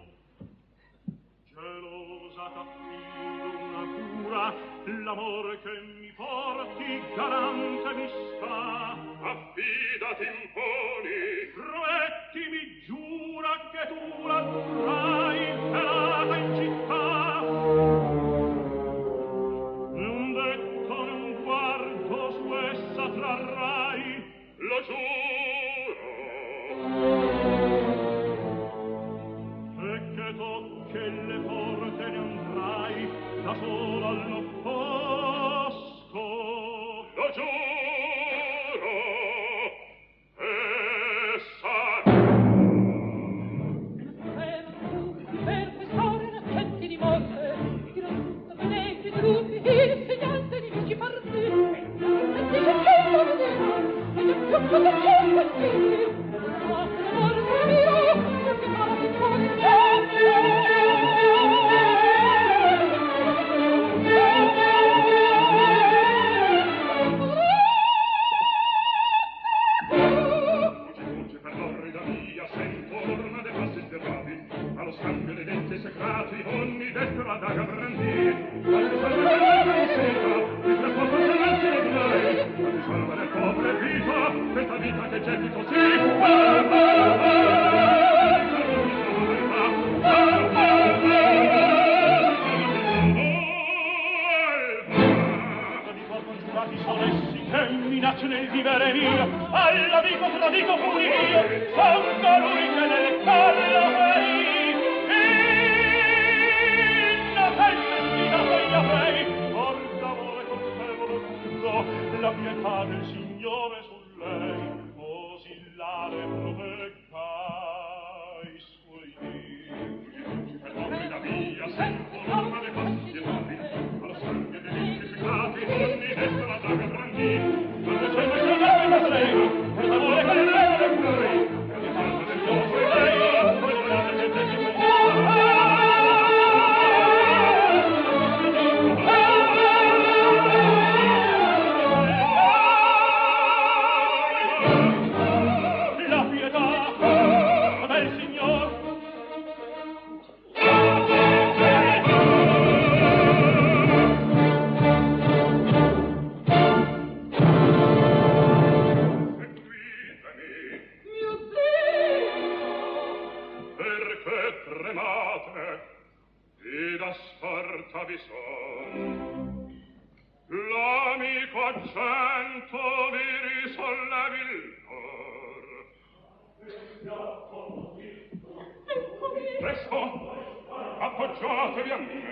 S3: Gelosa t'affido una cura, l'amore che mi porti garante mi sta. Affidati imponi, promettimi giura che tu la durai velata in città. Non detto né un guardo su essa trarrai, lo giuro. E che tocche le porte ne andrai da sola all'opposto. Lo giuro. E sarà.
S4: Per quest'ora innocenti di morte, di rotto benedì tutti, il segnante di vici parti. E dice che non vedeva, e già più che c'è quel figli. Ma se l'amore mio, perché fa la piccola di
S3: allo scambio dei denti secrati ogni destra da Gavrandì quando salva la sera di tre poco se non si vedrai quando salva le povere vita questa vita che getti così sono essi che minacciano il vivere mio all'amico tradito pure io son colui che nel callo vei innocente sfidato gli avei porta amore colpevole tutto la pietà del Signore su lei così l'are protegga i suoi dì per l'opera da via sento l'orma dei passi e papi allo scambio dei denti secrati ogni destra da Gavrandì quando c'è una chiamata da lei per l'amore che lei è pure per di salva del dopo e lei come l'orma che c'è di la pietà del Signore ed a sparta vi son l'amico accento vi risollevi il cor presto appoggiatevi a me.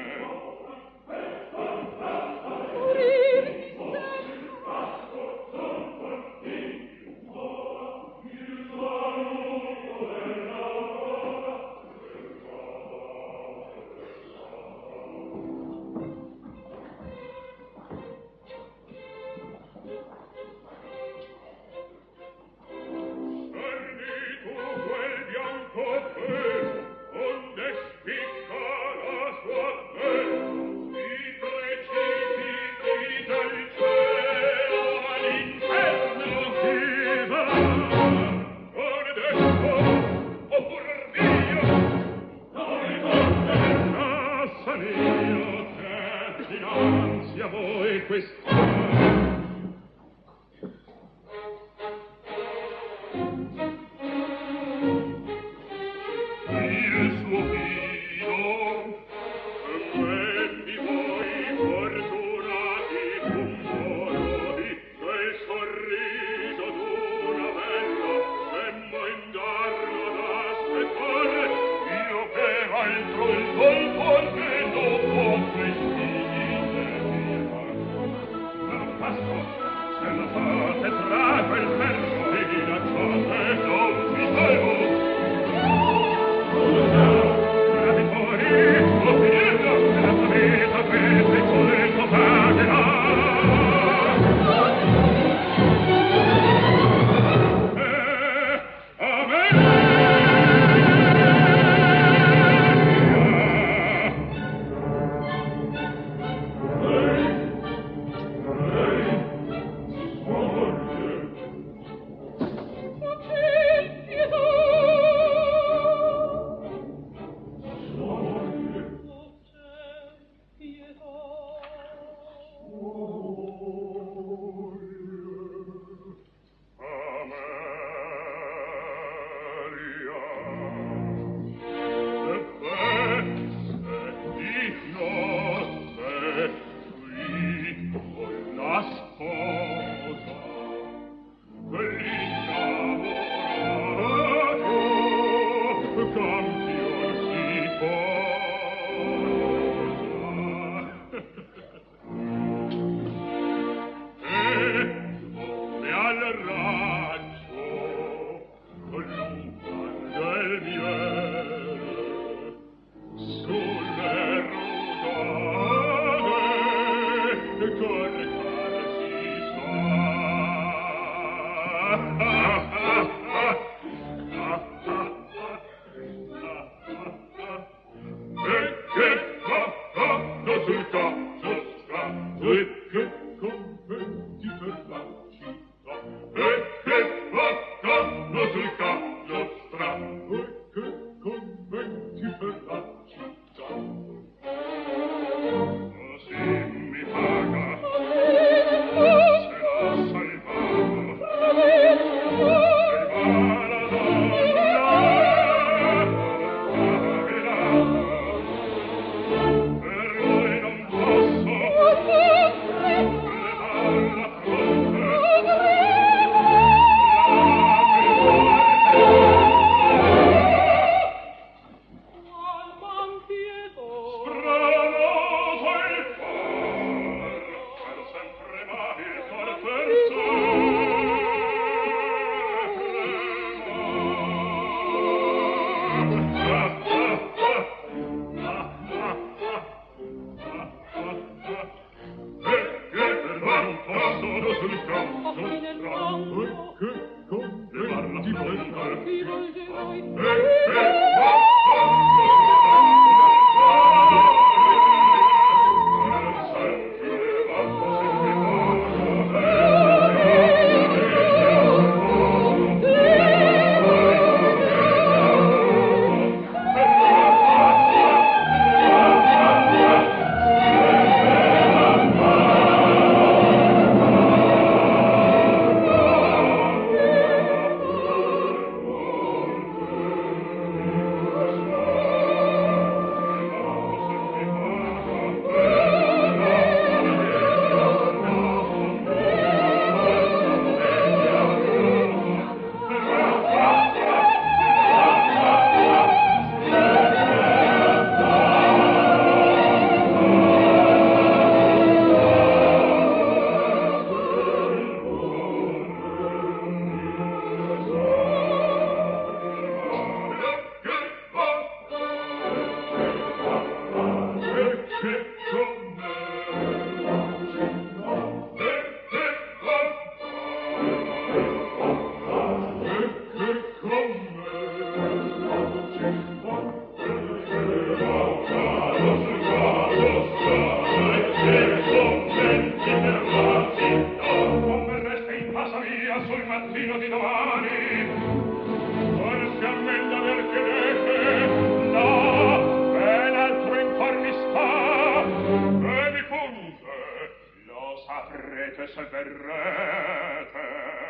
S3: Aprete se verrete,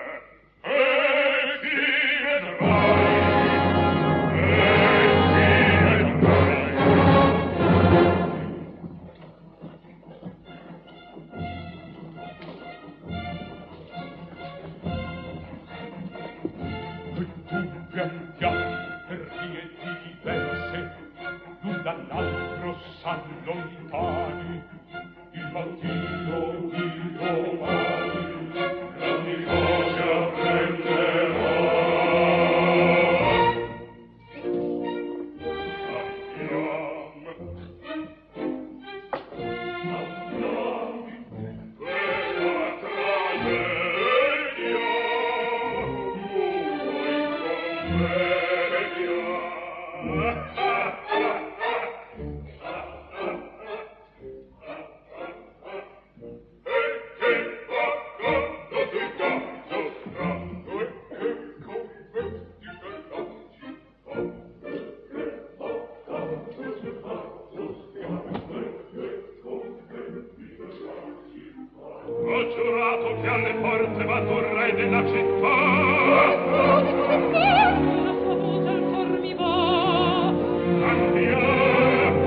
S3: e chi vedrai, l'un dall'altro s'allontani, il mattino di domani grandi cose apprenderà. Andiamo, quella tragedia, ho giurato che alle porte m'adorrai della città.
S4: La sua voce al cor mi va.
S3: Andiamo.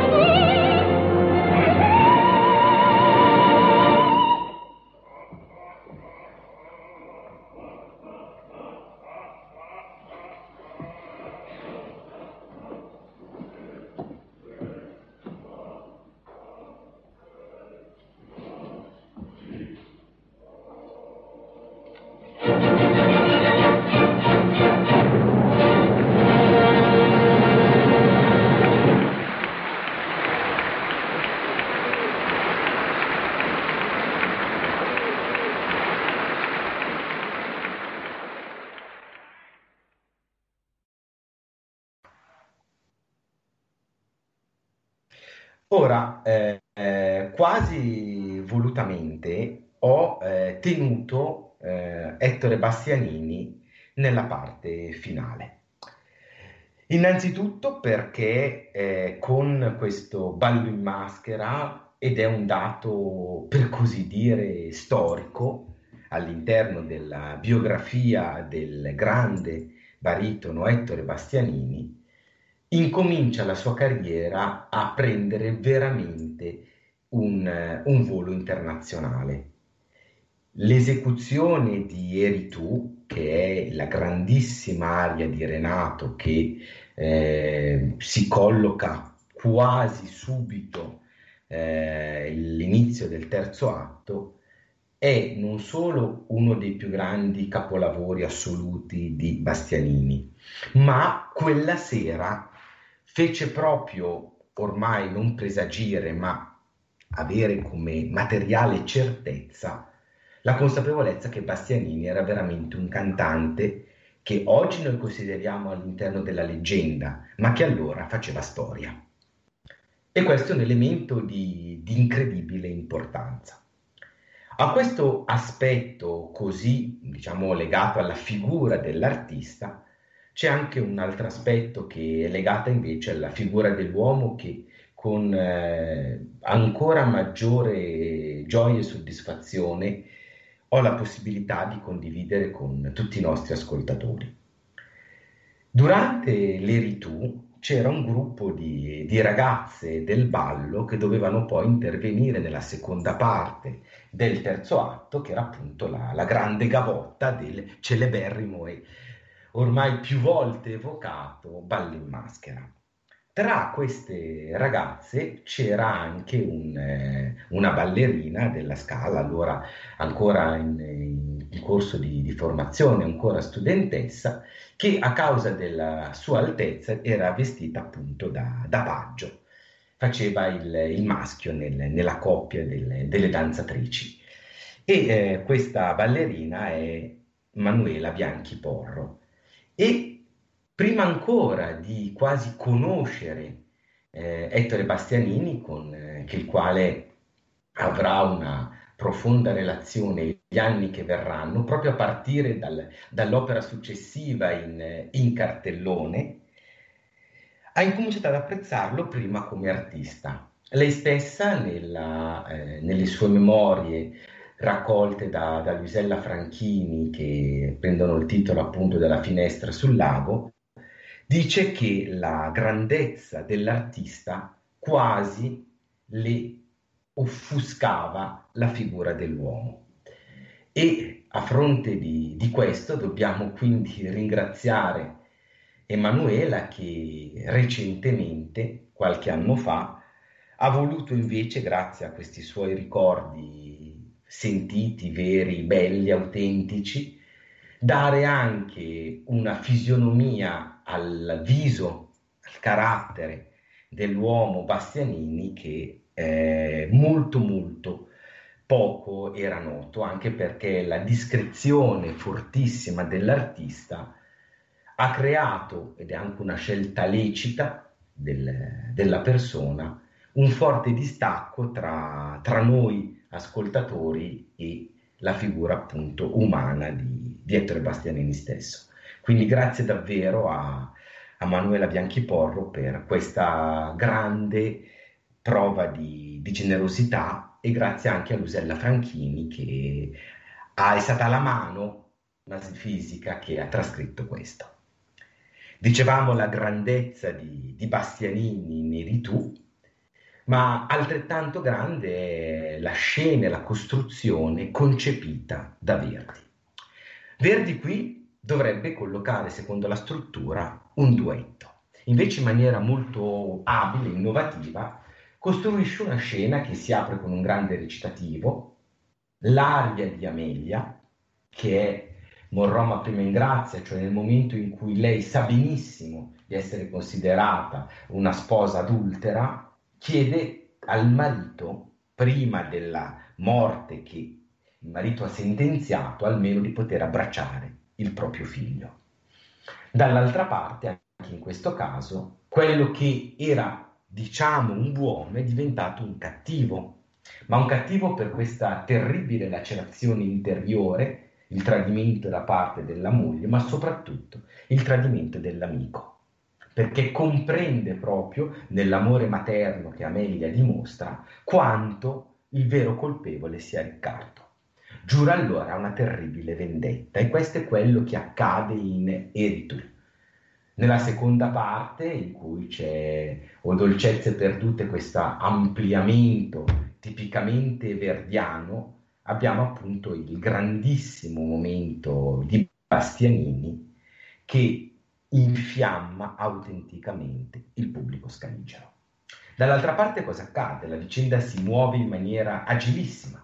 S2: Ora, quasi volutamente ho tenuto Ettore Bastianini nella parte finale. Innanzitutto perché con questo ballo in maschera, ed è un dato per così dire storico all'interno della biografia del grande baritono Ettore Bastianini, incomincia la sua carriera a prendere veramente un volo internazionale. L'esecuzione di Eri tu, che è la grandissima aria di Renato che si colloca quasi subito l'inizio del terzo atto, è non solo uno dei più grandi capolavori assoluti di Bastianini, ma quella sera fece proprio, ormai non presagire, ma avere come materiale certezza la consapevolezza che Bastianini era veramente un cantante che oggi noi consideriamo all'interno della leggenda, ma che allora faceva storia. E questo è un elemento di incredibile importanza. A questo aspetto così, diciamo, legato alla figura dell'artista, c'è anche un altro aspetto che è legato invece alla figura dell'uomo che con ancora maggiore gioia e soddisfazione ho la possibilità di condividere con tutti i nostri ascoltatori. Durante l'Eritù c'era un gruppo di ragazze del ballo che dovevano poi intervenire nella seconda parte del terzo atto, che era appunto la grande gavotta del celeberrimo e ormai più volte evocato ballo in maschera. Tra queste ragazze c'era anche una ballerina della Scala, allora ancora in corso di formazione, ancora studentessa, che a causa della sua altezza era vestita appunto da paggio, faceva il maschio nella coppia delle danzatrici. E questa ballerina è Manuela Bianchi Porro. E prima ancora di quasi conoscere Ettore Bastianini, con il quale avrà una profonda relazione gli anni che verranno, proprio a partire dall'opera successiva in cartellone, ha incominciato ad apprezzarlo prima come artista Lei stessa, nelle sue memorie raccolte da Luisella Franchini, che prendono il titolo appunto della Finestra sul lago, dice che la grandezza dell'artista quasi le offuscava la figura dell'uomo. E a fronte di questo dobbiamo quindi ringraziare Emanuela che recentemente, qualche anno fa, ha voluto invece, grazie a questi suoi ricordi sentiti, veri, belli, autentici, dare anche una fisionomia al viso, al carattere dell'uomo Bastianini che molto molto poco era noto, anche perché la discrezione fortissima dell'artista ha creato, ed è anche una scelta lecita della persona, un forte distacco tra noi ascoltatori e la figura appunto umana di Ettore Bastianini stesso. Quindi grazie davvero a Manuela Bianchiporro per questa grande prova di generosità e grazie anche a Luisella Franchini che è stata la mano fisica che ha trascritto questo. Dicevamo la grandezza di Bastianini in Eritù, ma altrettanto grande è la scena e la costruzione concepita da Verdi. Verdi qui dovrebbe collocare, secondo la struttura, un duetto. Invece in maniera molto abile, innovativa, costruisce una scena che si apre con un grande recitativo, l'aria di Amelia, che è Mon Roma prima in grazia, cioè nel momento in cui lei sa benissimo di essere considerata una sposa adultera, chiede al marito, prima della morte che il marito ha sentenziato, almeno di poter abbracciare il proprio figlio. Dall'altra parte, anche in questo caso, quello che era, diciamo, un buono è diventato un cattivo, ma un cattivo per questa terribile lacerazione interiore, il tradimento da parte della moglie, ma soprattutto il tradimento dell'amico, perché comprende proprio nell'amore materno che Amelia dimostra quanto il vero colpevole sia Riccardo. Giura allora una terribile vendetta e questo è quello che accade in Eritù. Nella seconda parte, in cui c'è O dolcezze perdute, questo ampliamento tipicamente verdiano, abbiamo appunto il grandissimo momento di Bastianini che infiamma autenticamente il pubblico scaligero. Dall'altra parte cosa accade? La vicenda si muove in maniera agilissima.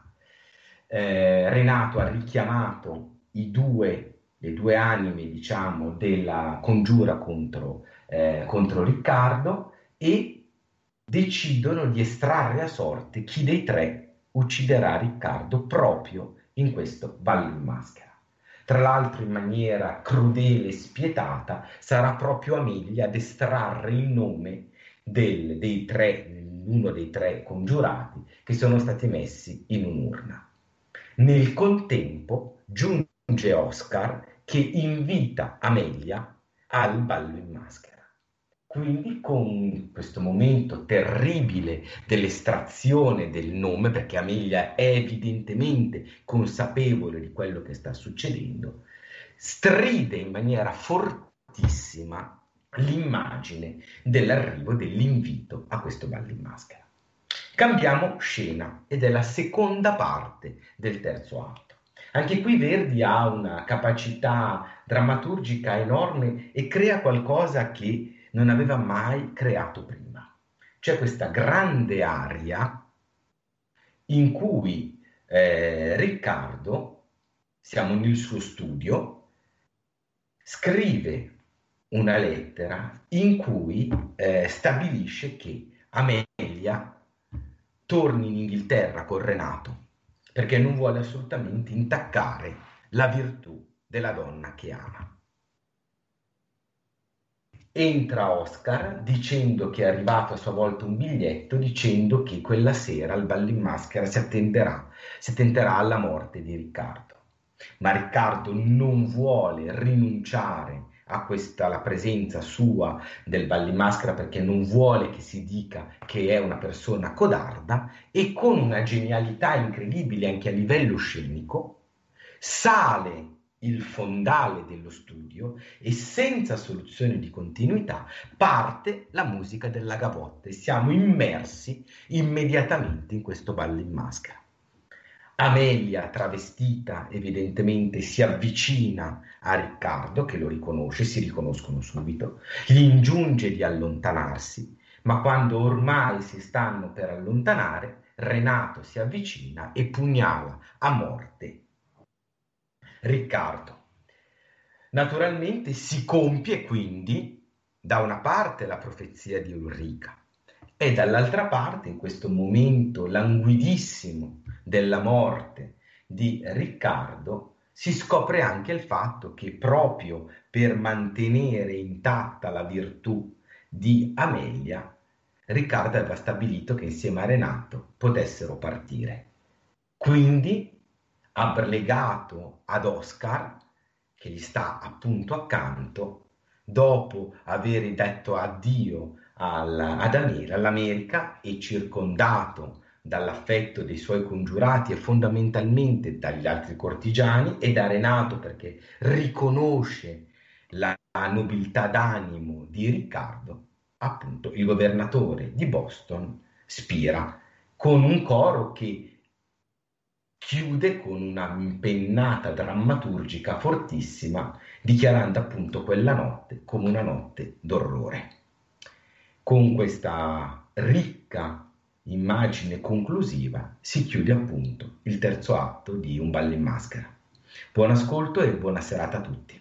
S2: Renato ha richiamato le due anime, diciamo, della congiura contro Riccardo e decidono di estrarre a sorte chi dei tre ucciderà Riccardo proprio in questo ballo in maschera. Tra l'altro in maniera crudele e spietata sarà proprio Amelia ad estrarre il nome uno dei tre congiurati che sono stati messi in un'urna. Nel contempo giunge Oscar che invita Amelia al ballo in maschera. Quindi con questo momento terribile dell'estrazione del nome, perché Amelia è evidentemente consapevole di quello che sta succedendo, stride in maniera fortissima l'immagine dell'arrivo, dell'invito a questo ballo in maschera. Cambiamo scena ed è la seconda parte del terzo atto. Anche qui Verdi ha una capacità drammaturgica enorme e crea qualcosa che non aveva mai creato prima. C'è questa grande aria in cui Riccardo, siamo nel suo studio, scrive una lettera in cui stabilisce che Amelia torni in Inghilterra con Renato perché non vuole assolutamente intaccare la virtù della donna che ama. Entra Oscar dicendo che è arrivato a sua volta un biglietto dicendo che quella sera al ballo in maschera si attenderà alla morte di Riccardo. Ma Riccardo non vuole rinunciare a questa la presenza sua del ballo in maschera perché non vuole che si dica che è una persona codarda, e con una genialità incredibile anche a livello scenico sale il fondale dello studio e senza soluzione di continuità parte la musica della gavotta e siamo immersi immediatamente in questo ballo in maschera. Amelia, travestita, evidentemente si avvicina a Riccardo, che lo riconosce, si riconoscono subito, gli ingiunge di allontanarsi, ma quando ormai si stanno per allontanare, Renato si avvicina e pugnala a morte Riccardo. Naturalmente si compie quindi da una parte la profezia di Ulrica e dall'altra parte, in questo momento languidissimo della morte di Riccardo, si scopre anche il fatto che proprio per mantenere intatta la virtù di Amelia, Riccardo aveva stabilito che insieme a Renato potessero partire. Quindi, ablegato ad Oscar, che gli sta appunto accanto, dopo aver detto addio all'America e circondato dall'affetto dei suoi congiurati e fondamentalmente dagli altri cortigiani, e da Renato perché riconosce la nobiltà d'animo di Riccardo, appunto il governatore di Boston spira con un coro che chiude con una impennata drammaturgica fortissima, dichiarando appunto quella notte come una notte d'orrore. Con questa ricca immagine conclusiva si chiude appunto il terzo atto di Un ballo in maschera. Buon ascolto e buona serata a tutti.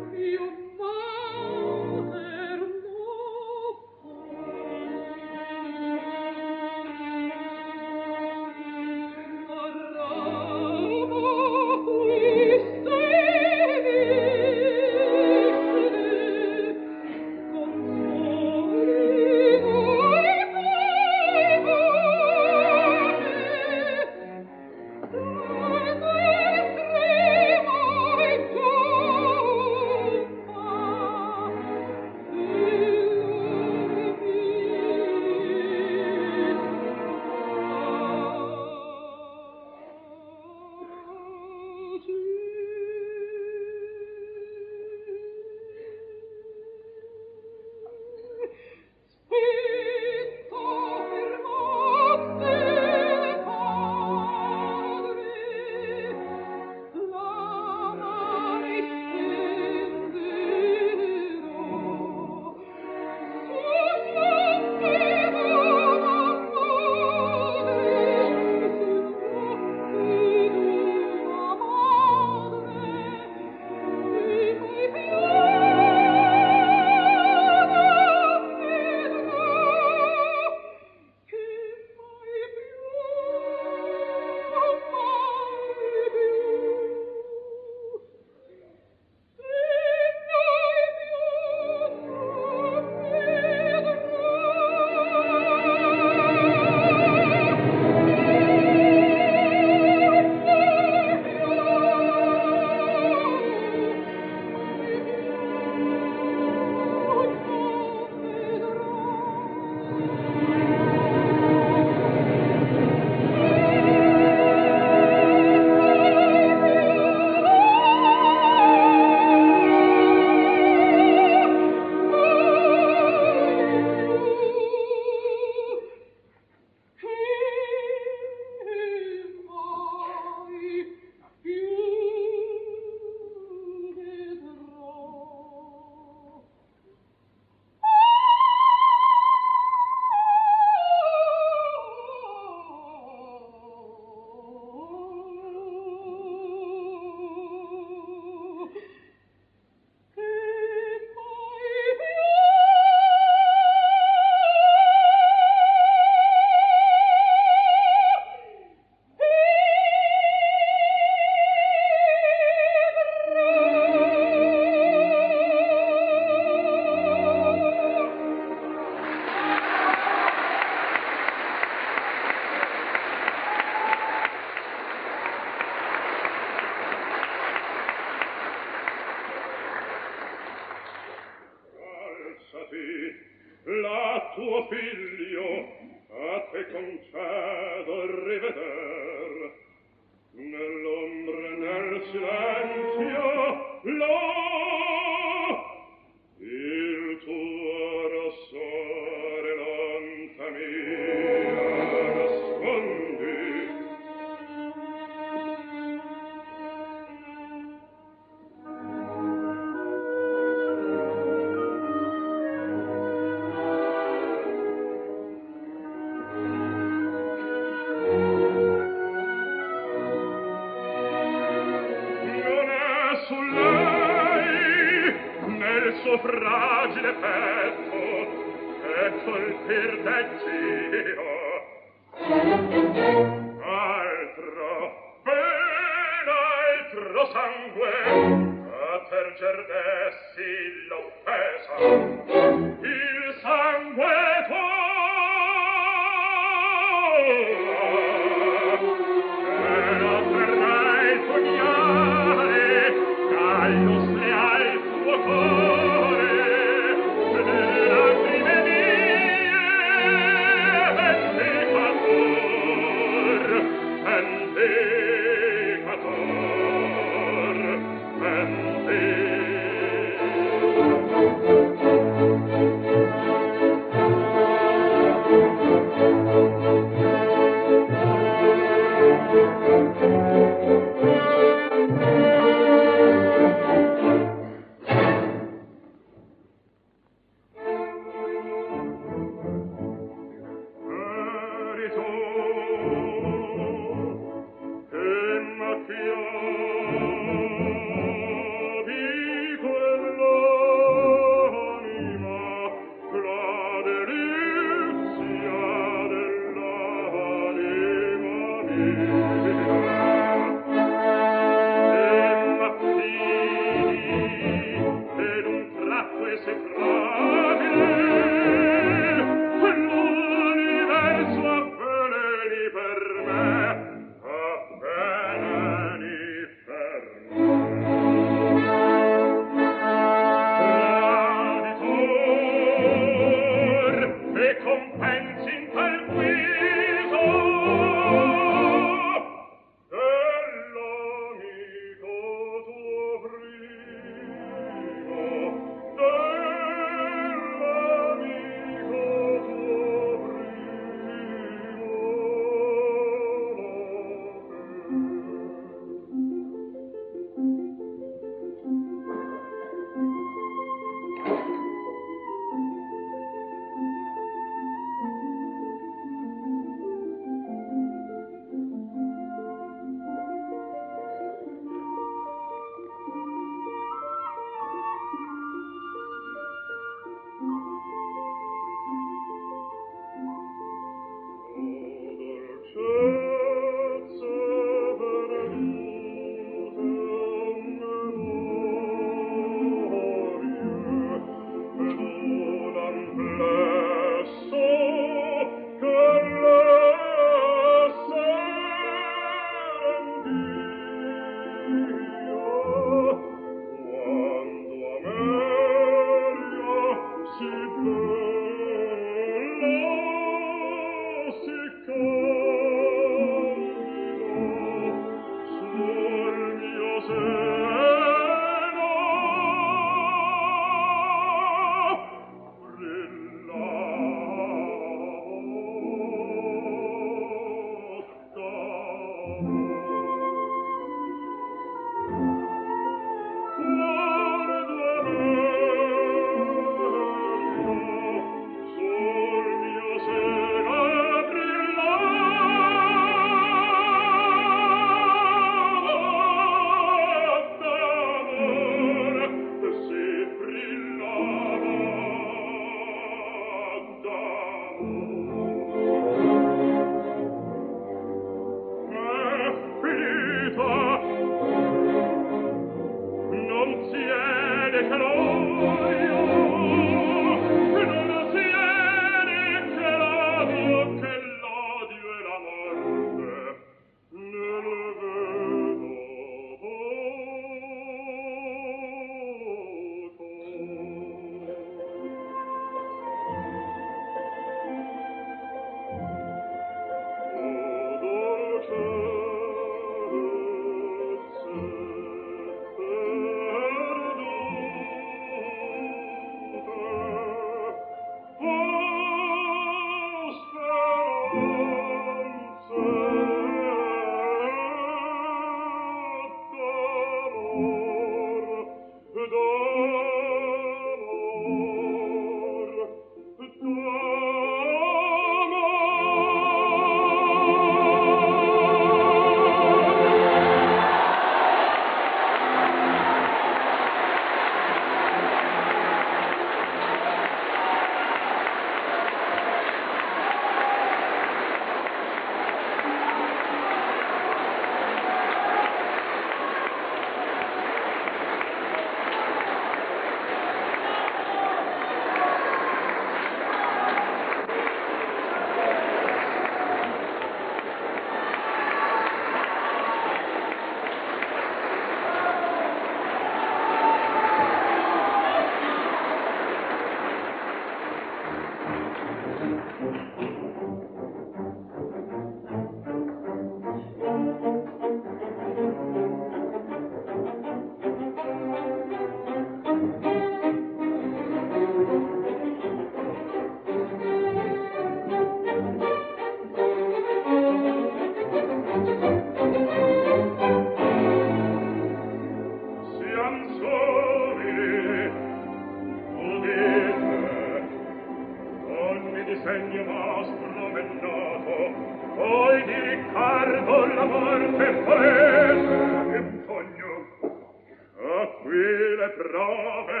S3: qui le prove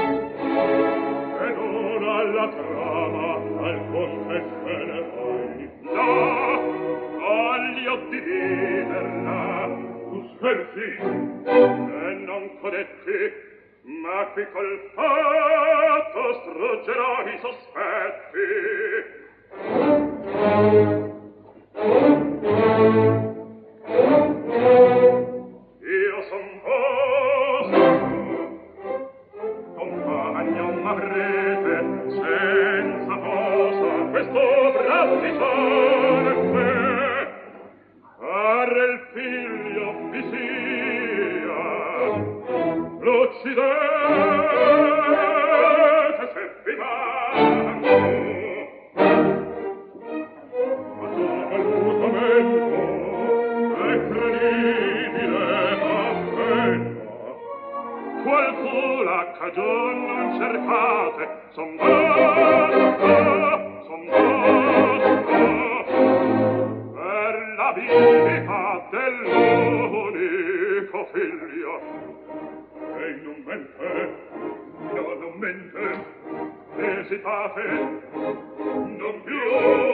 S3: e non alla trama al confessione poi là voglio dividerla tu scherzi e non codetti ma qui col fatto struggerò i sospetti io son posto compagno m'avrete senza posa questo bravo sorte fare il figlio vi sia l'occidente se vi vanno ma dopo il mutamento è credibile affetto qualcuna cagion non cercate son basta per la vita dell'unico figlio e non mente no non mente esitate non più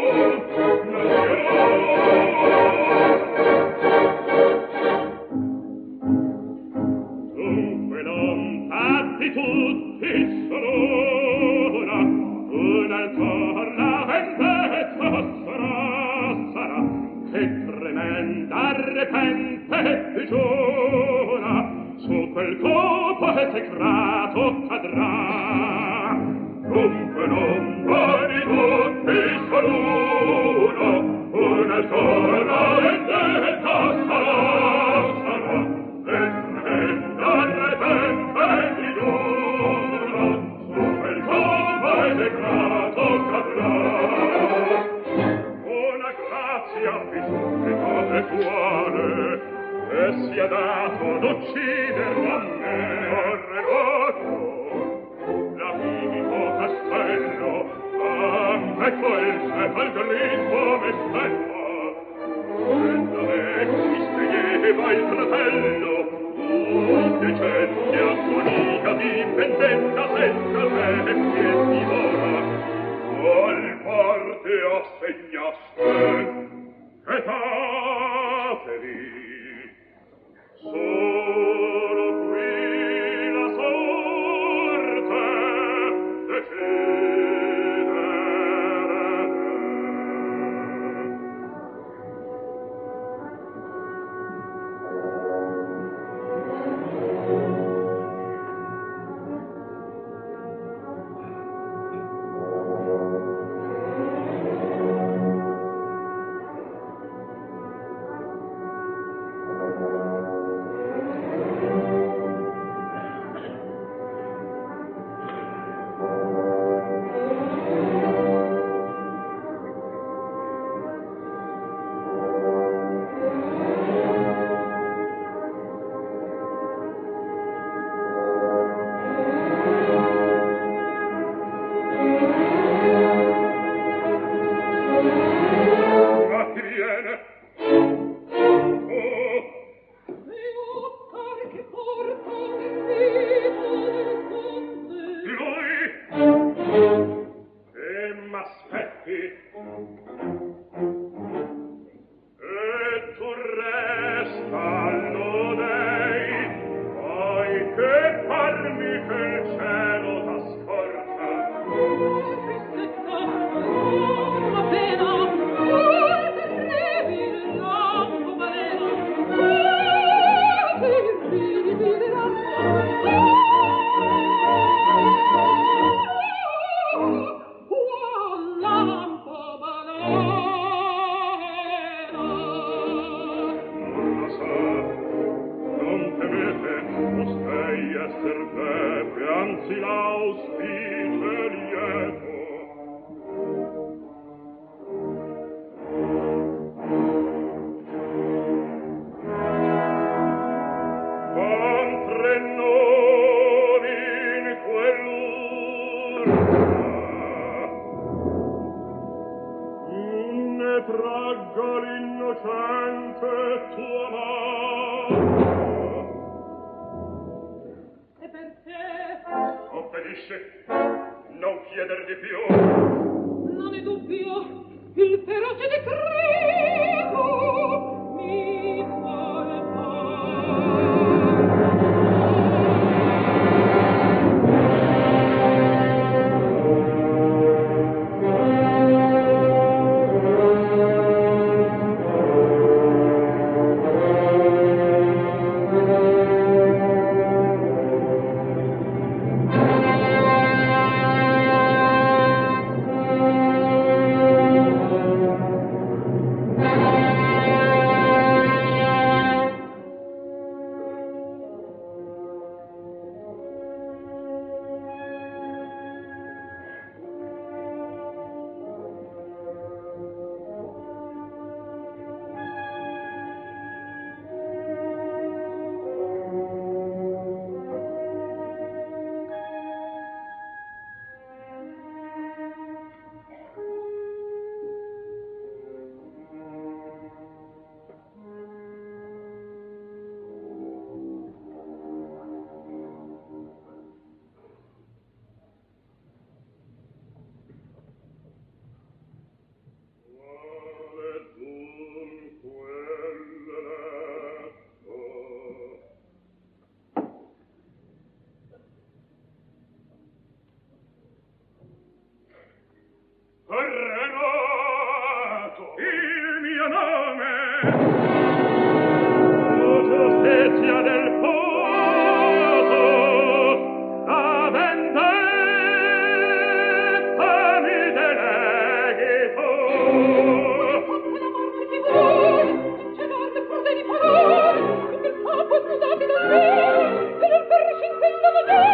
S3: dunque non fatti tutti sonora un'altor la vendetta sarà che tremenda repente digiuna su quel copo esecrato cadrà dunque non vani tutti sono un'altor la vendetta sarà e tremenda repente digiuna su quel copo esecrato cadrà una grazia vi supplicate quale e sia dato d'ucciderlo a me arregato l'amico castello a me colse al grido mestello e dove esisteva il fratello decenni agonia di vendetta senza me e dimora al parte assegnaste e datevi solo qui la sorte decidere tragga l'innocente tua mano ferisce, non chieder di più.
S4: Non è dubbio, il feroce decreto mi
S3: Renato, il mio nome, o giustizia del posto, la vendetta mi deleghi tu.
S4: come la morte ti vuoi, c'è guarda crudeli parole, il capo scusabile al mio, per il perrici in questa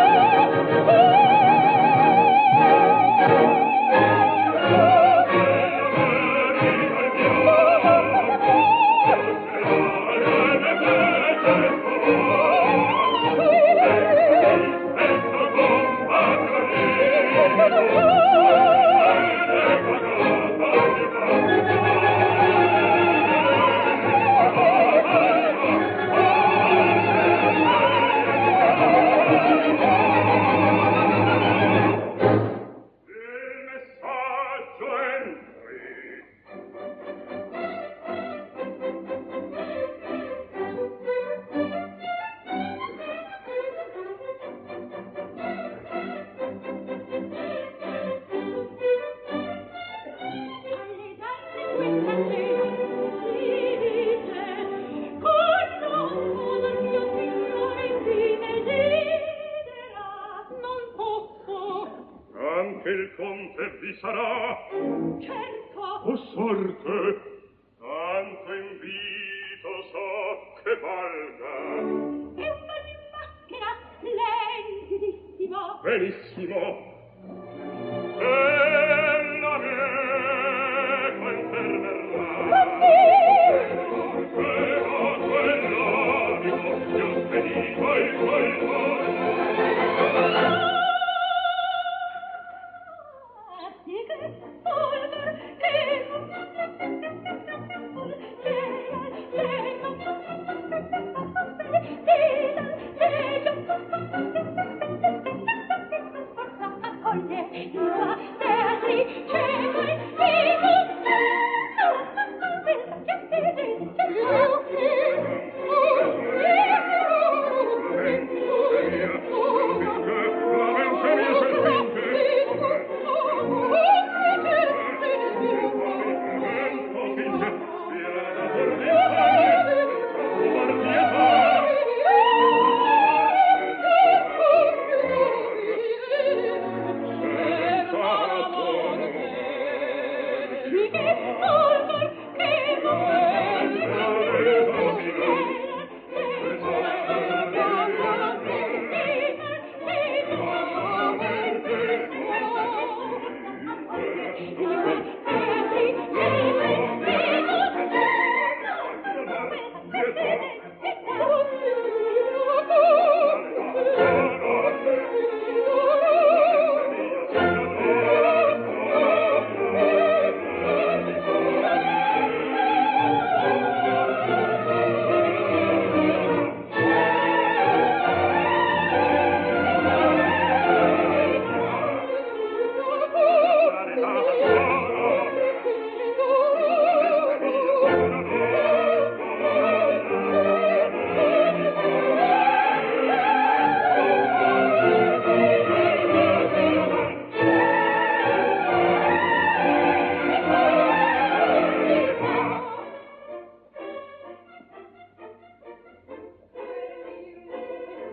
S3: Anche il conte vi sarà.
S4: certo.
S3: O sorte, tanto invito so che valga.
S4: È un bel in maschera, splendidissimo.
S3: Benissimo. E la mieca interverrà. E a quell'amico io spedivo il colpo.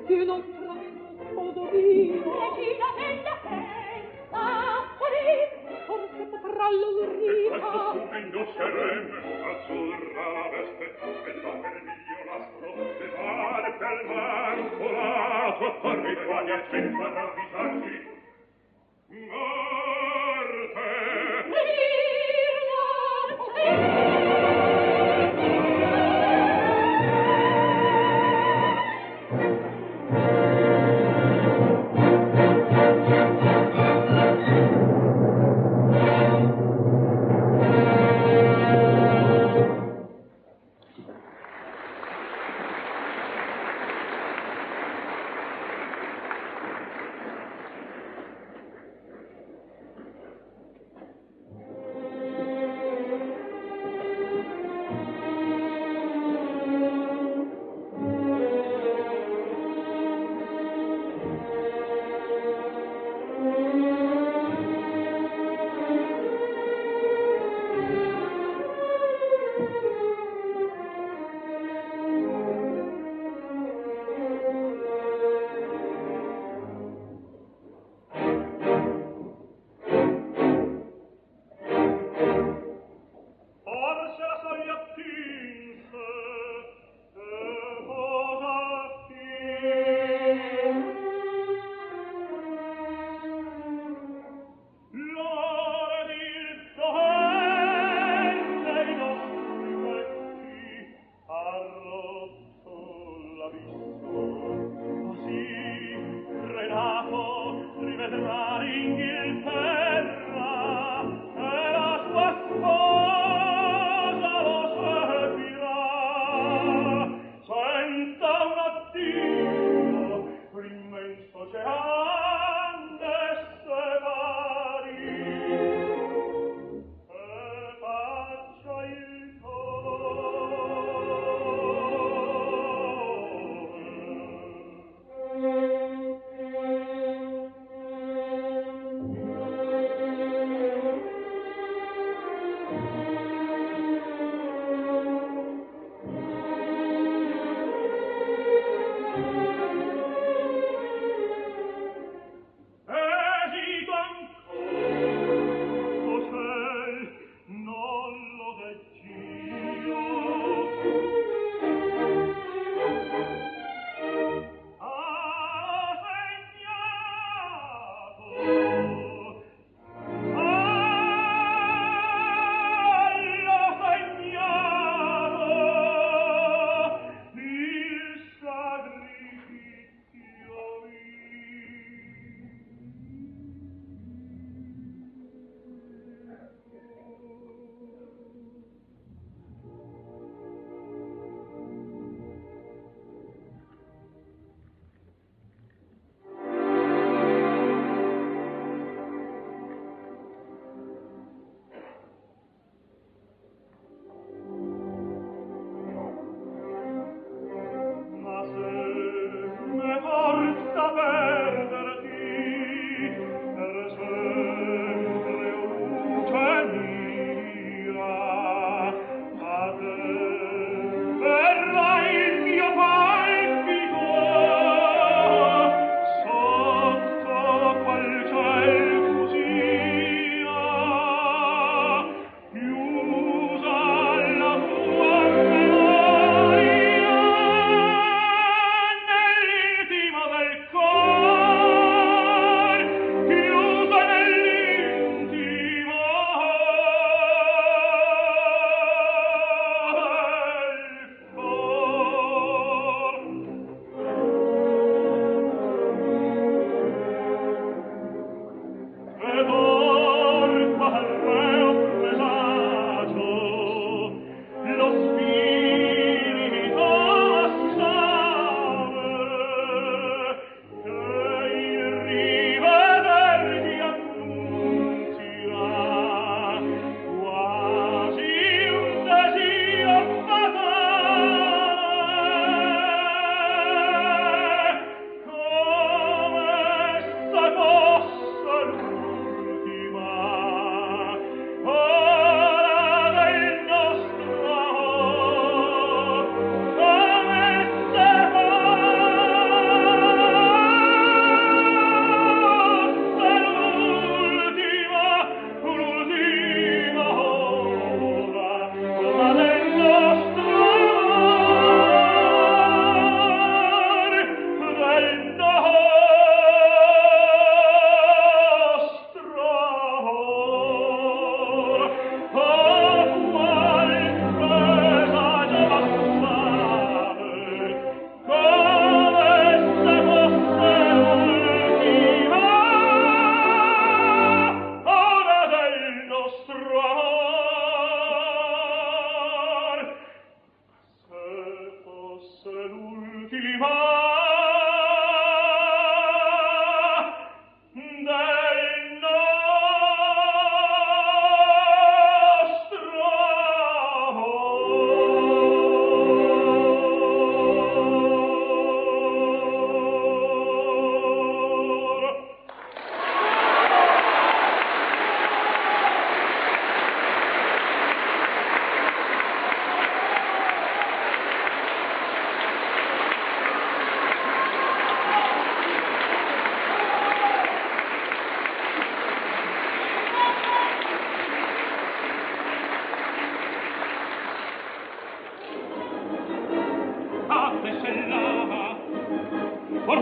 S4: che non tramento sposo io. Regina della festa, forse potrà l'Ulrica.
S3: E questo stupendo serene, azzurra la veste, e da per mio nastro, e pare per mancolato, arriva di accento a ravvisarsi. Morte!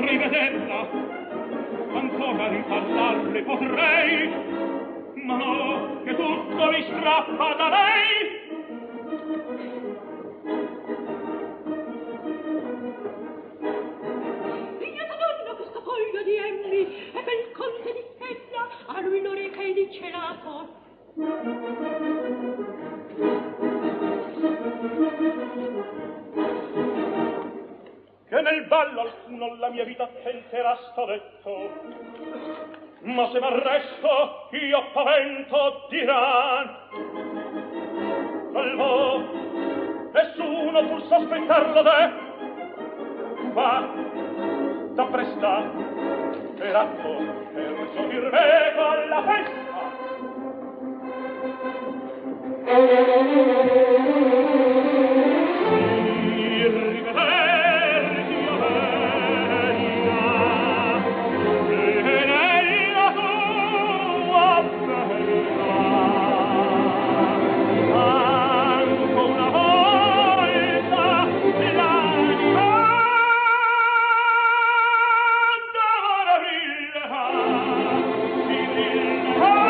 S3: rivederla, ancora riparlarle potrei, ma no, che tutto mi strappa da lei.
S4: Pigliata donna questa foglia di emmi e pel conte di Stella a lui l'oreca è di celato.
S3: Che nel ballo alcuno la mia vita tenterà sto detto, ma se m'arresto io pavento diran. Salvo, nessuno pur sospettarlo de, va, t'appresta, per atto, per sodirvego alla festa. Si riveder io veglia, e nella tua bella, anco una volta l'anima d'ora brilla, si brilla.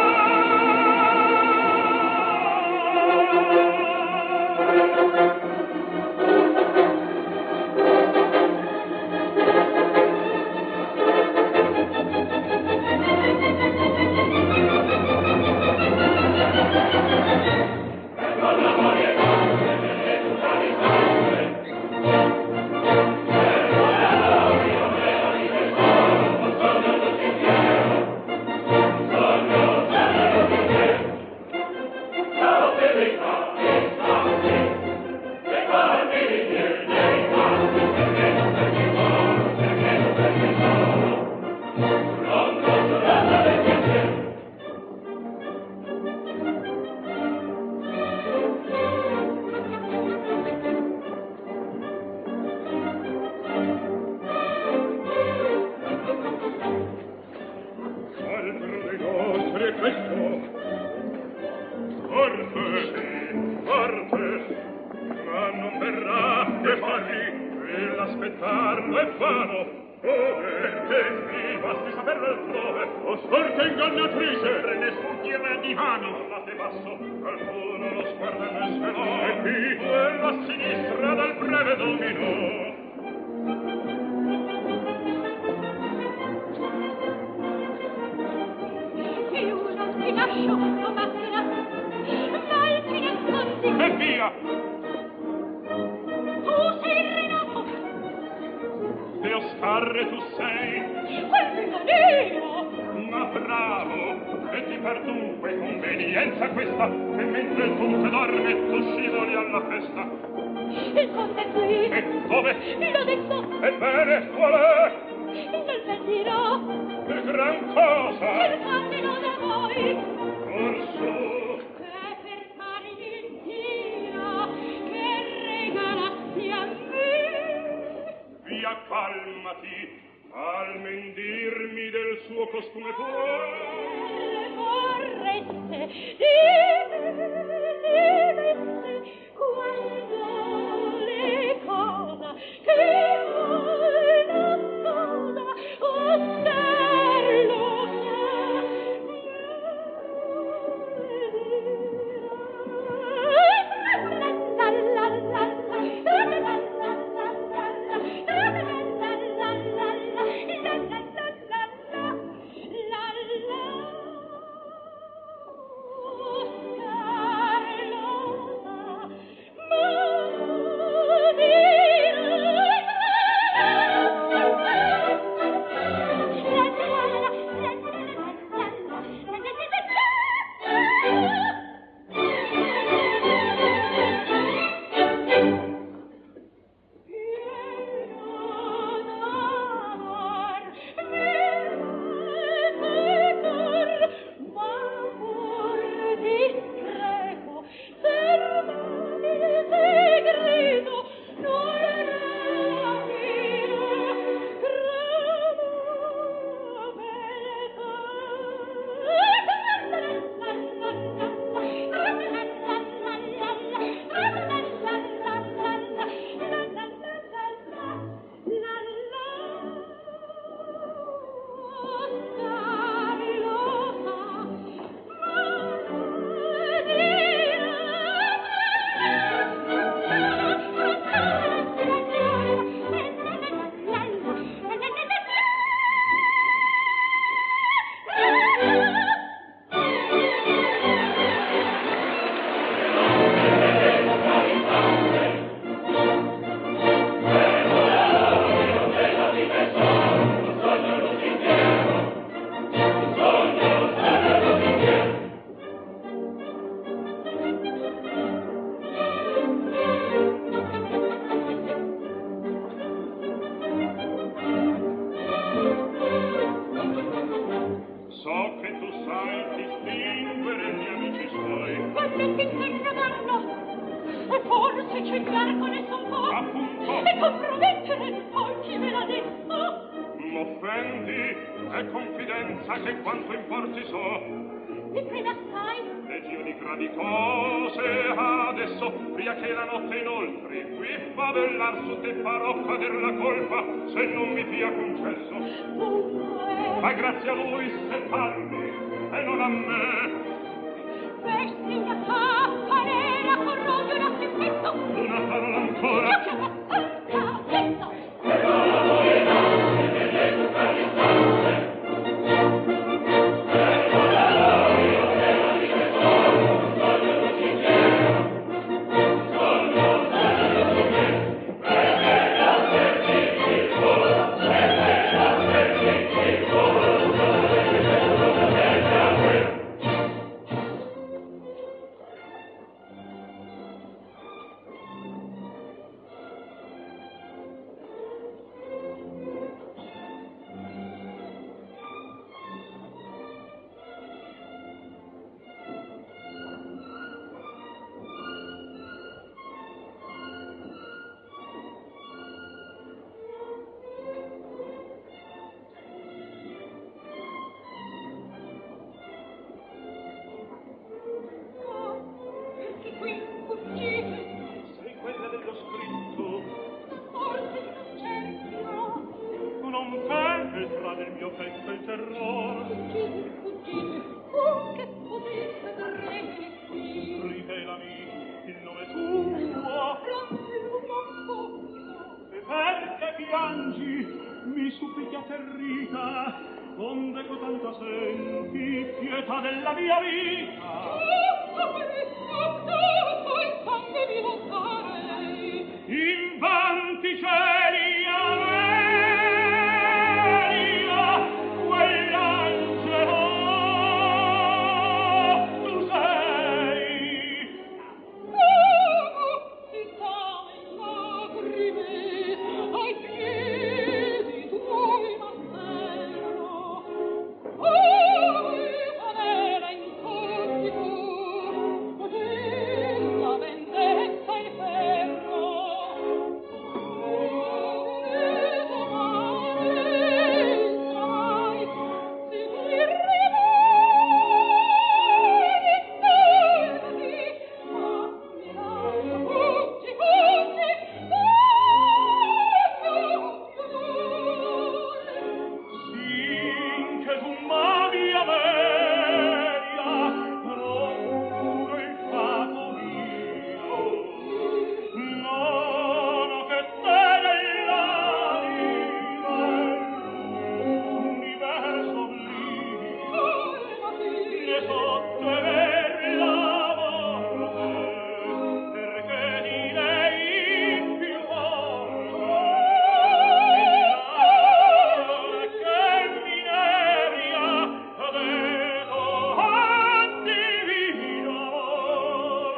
S4: donne che interrogano, e forse cercare con esso un po',
S3: Appunto.
S4: e compromettere poi chi me l'ha detto.
S3: M'offendi, è confidenza che quanto importi so.
S4: Mi preme assai.
S3: Leggio di gravi cose adesso, prima che la notte inoltre, qui favellar su te farò cader la colpa, se non mi fia concesso.
S4: Dunque,
S3: Ma grazie a lui se parli, e non a me.
S4: vesti una cappa nera con rodio da steffetto.
S3: Una parola ancora.
S4: Io che abbastanza detto. Perché qui fuggite?
S3: Sei quella dello scritto.
S4: Forse non cerchino.
S3: Tu non penetra nel mio petto il terrore.
S4: Fuggite, fuggite. Che potete darmi qui?
S3: Rivelami il nome tuo.
S4: Ranzuno un po'.
S3: E perché piangi? Mi supplichi atterrita, onde cotanta senti pietà della mia vita. Invanti cieli Amelia, quell'angelo tu sei.
S4: Ai piedi tuoi m'afferro. Cadere in corpo, la vendetta in ferro. Si tu
S3: Sinché tu m'ami Amelia, procuro il fato mio. Non ho che te nell'anima l'universo oblio. Ne sotto è ver la morte, perché di lei più forte. Che mineria ha detto a divino amor.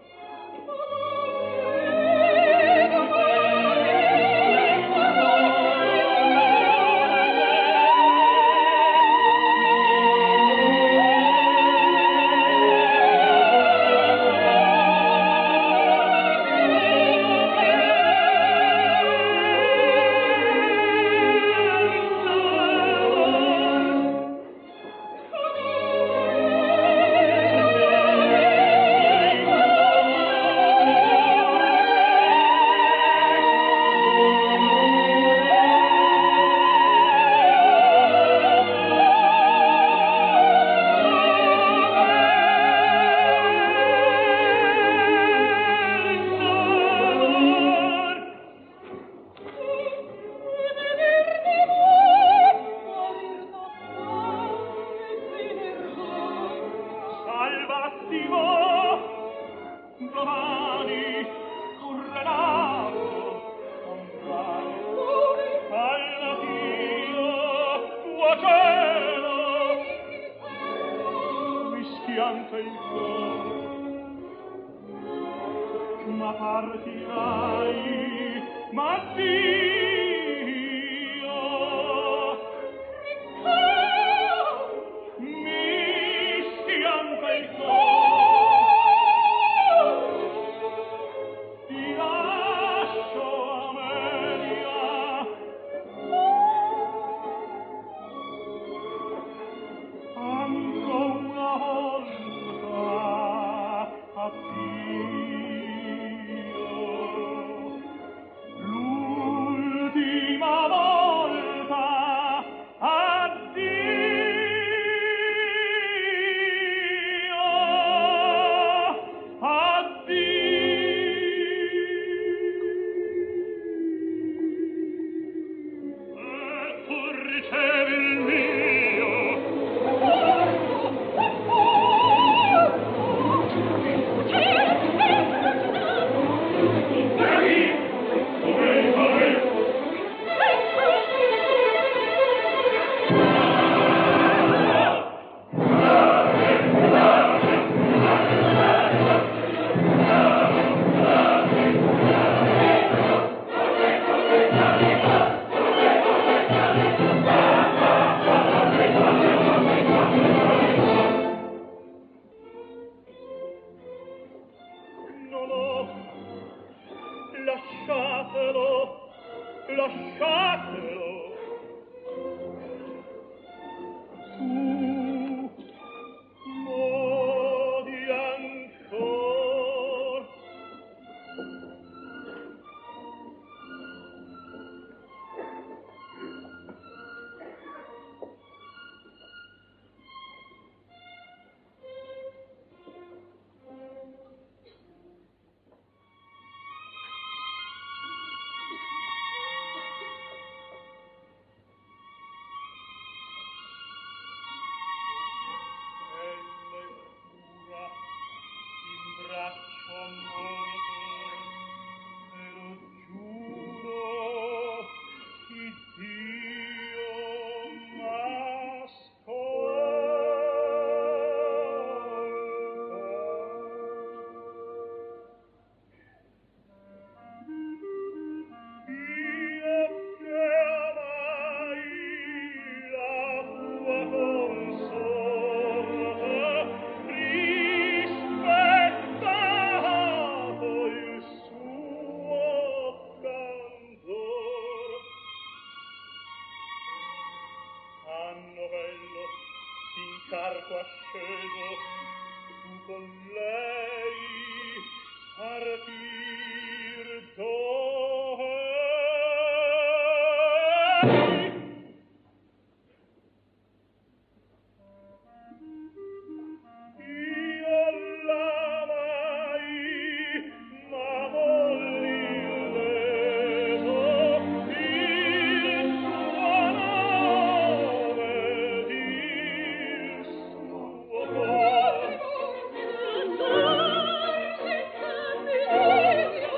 S3: Salvattimo, domani correlato, comprare al mattino tuo cielo, mi schianta il cuore, ma partirai, ma Dio mi schianta il cuore. ricevi il mio.
S4: Oh,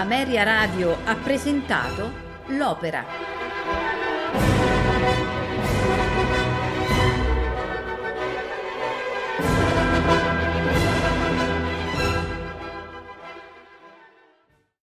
S1: Ameria Radio ha presentato L'Opera.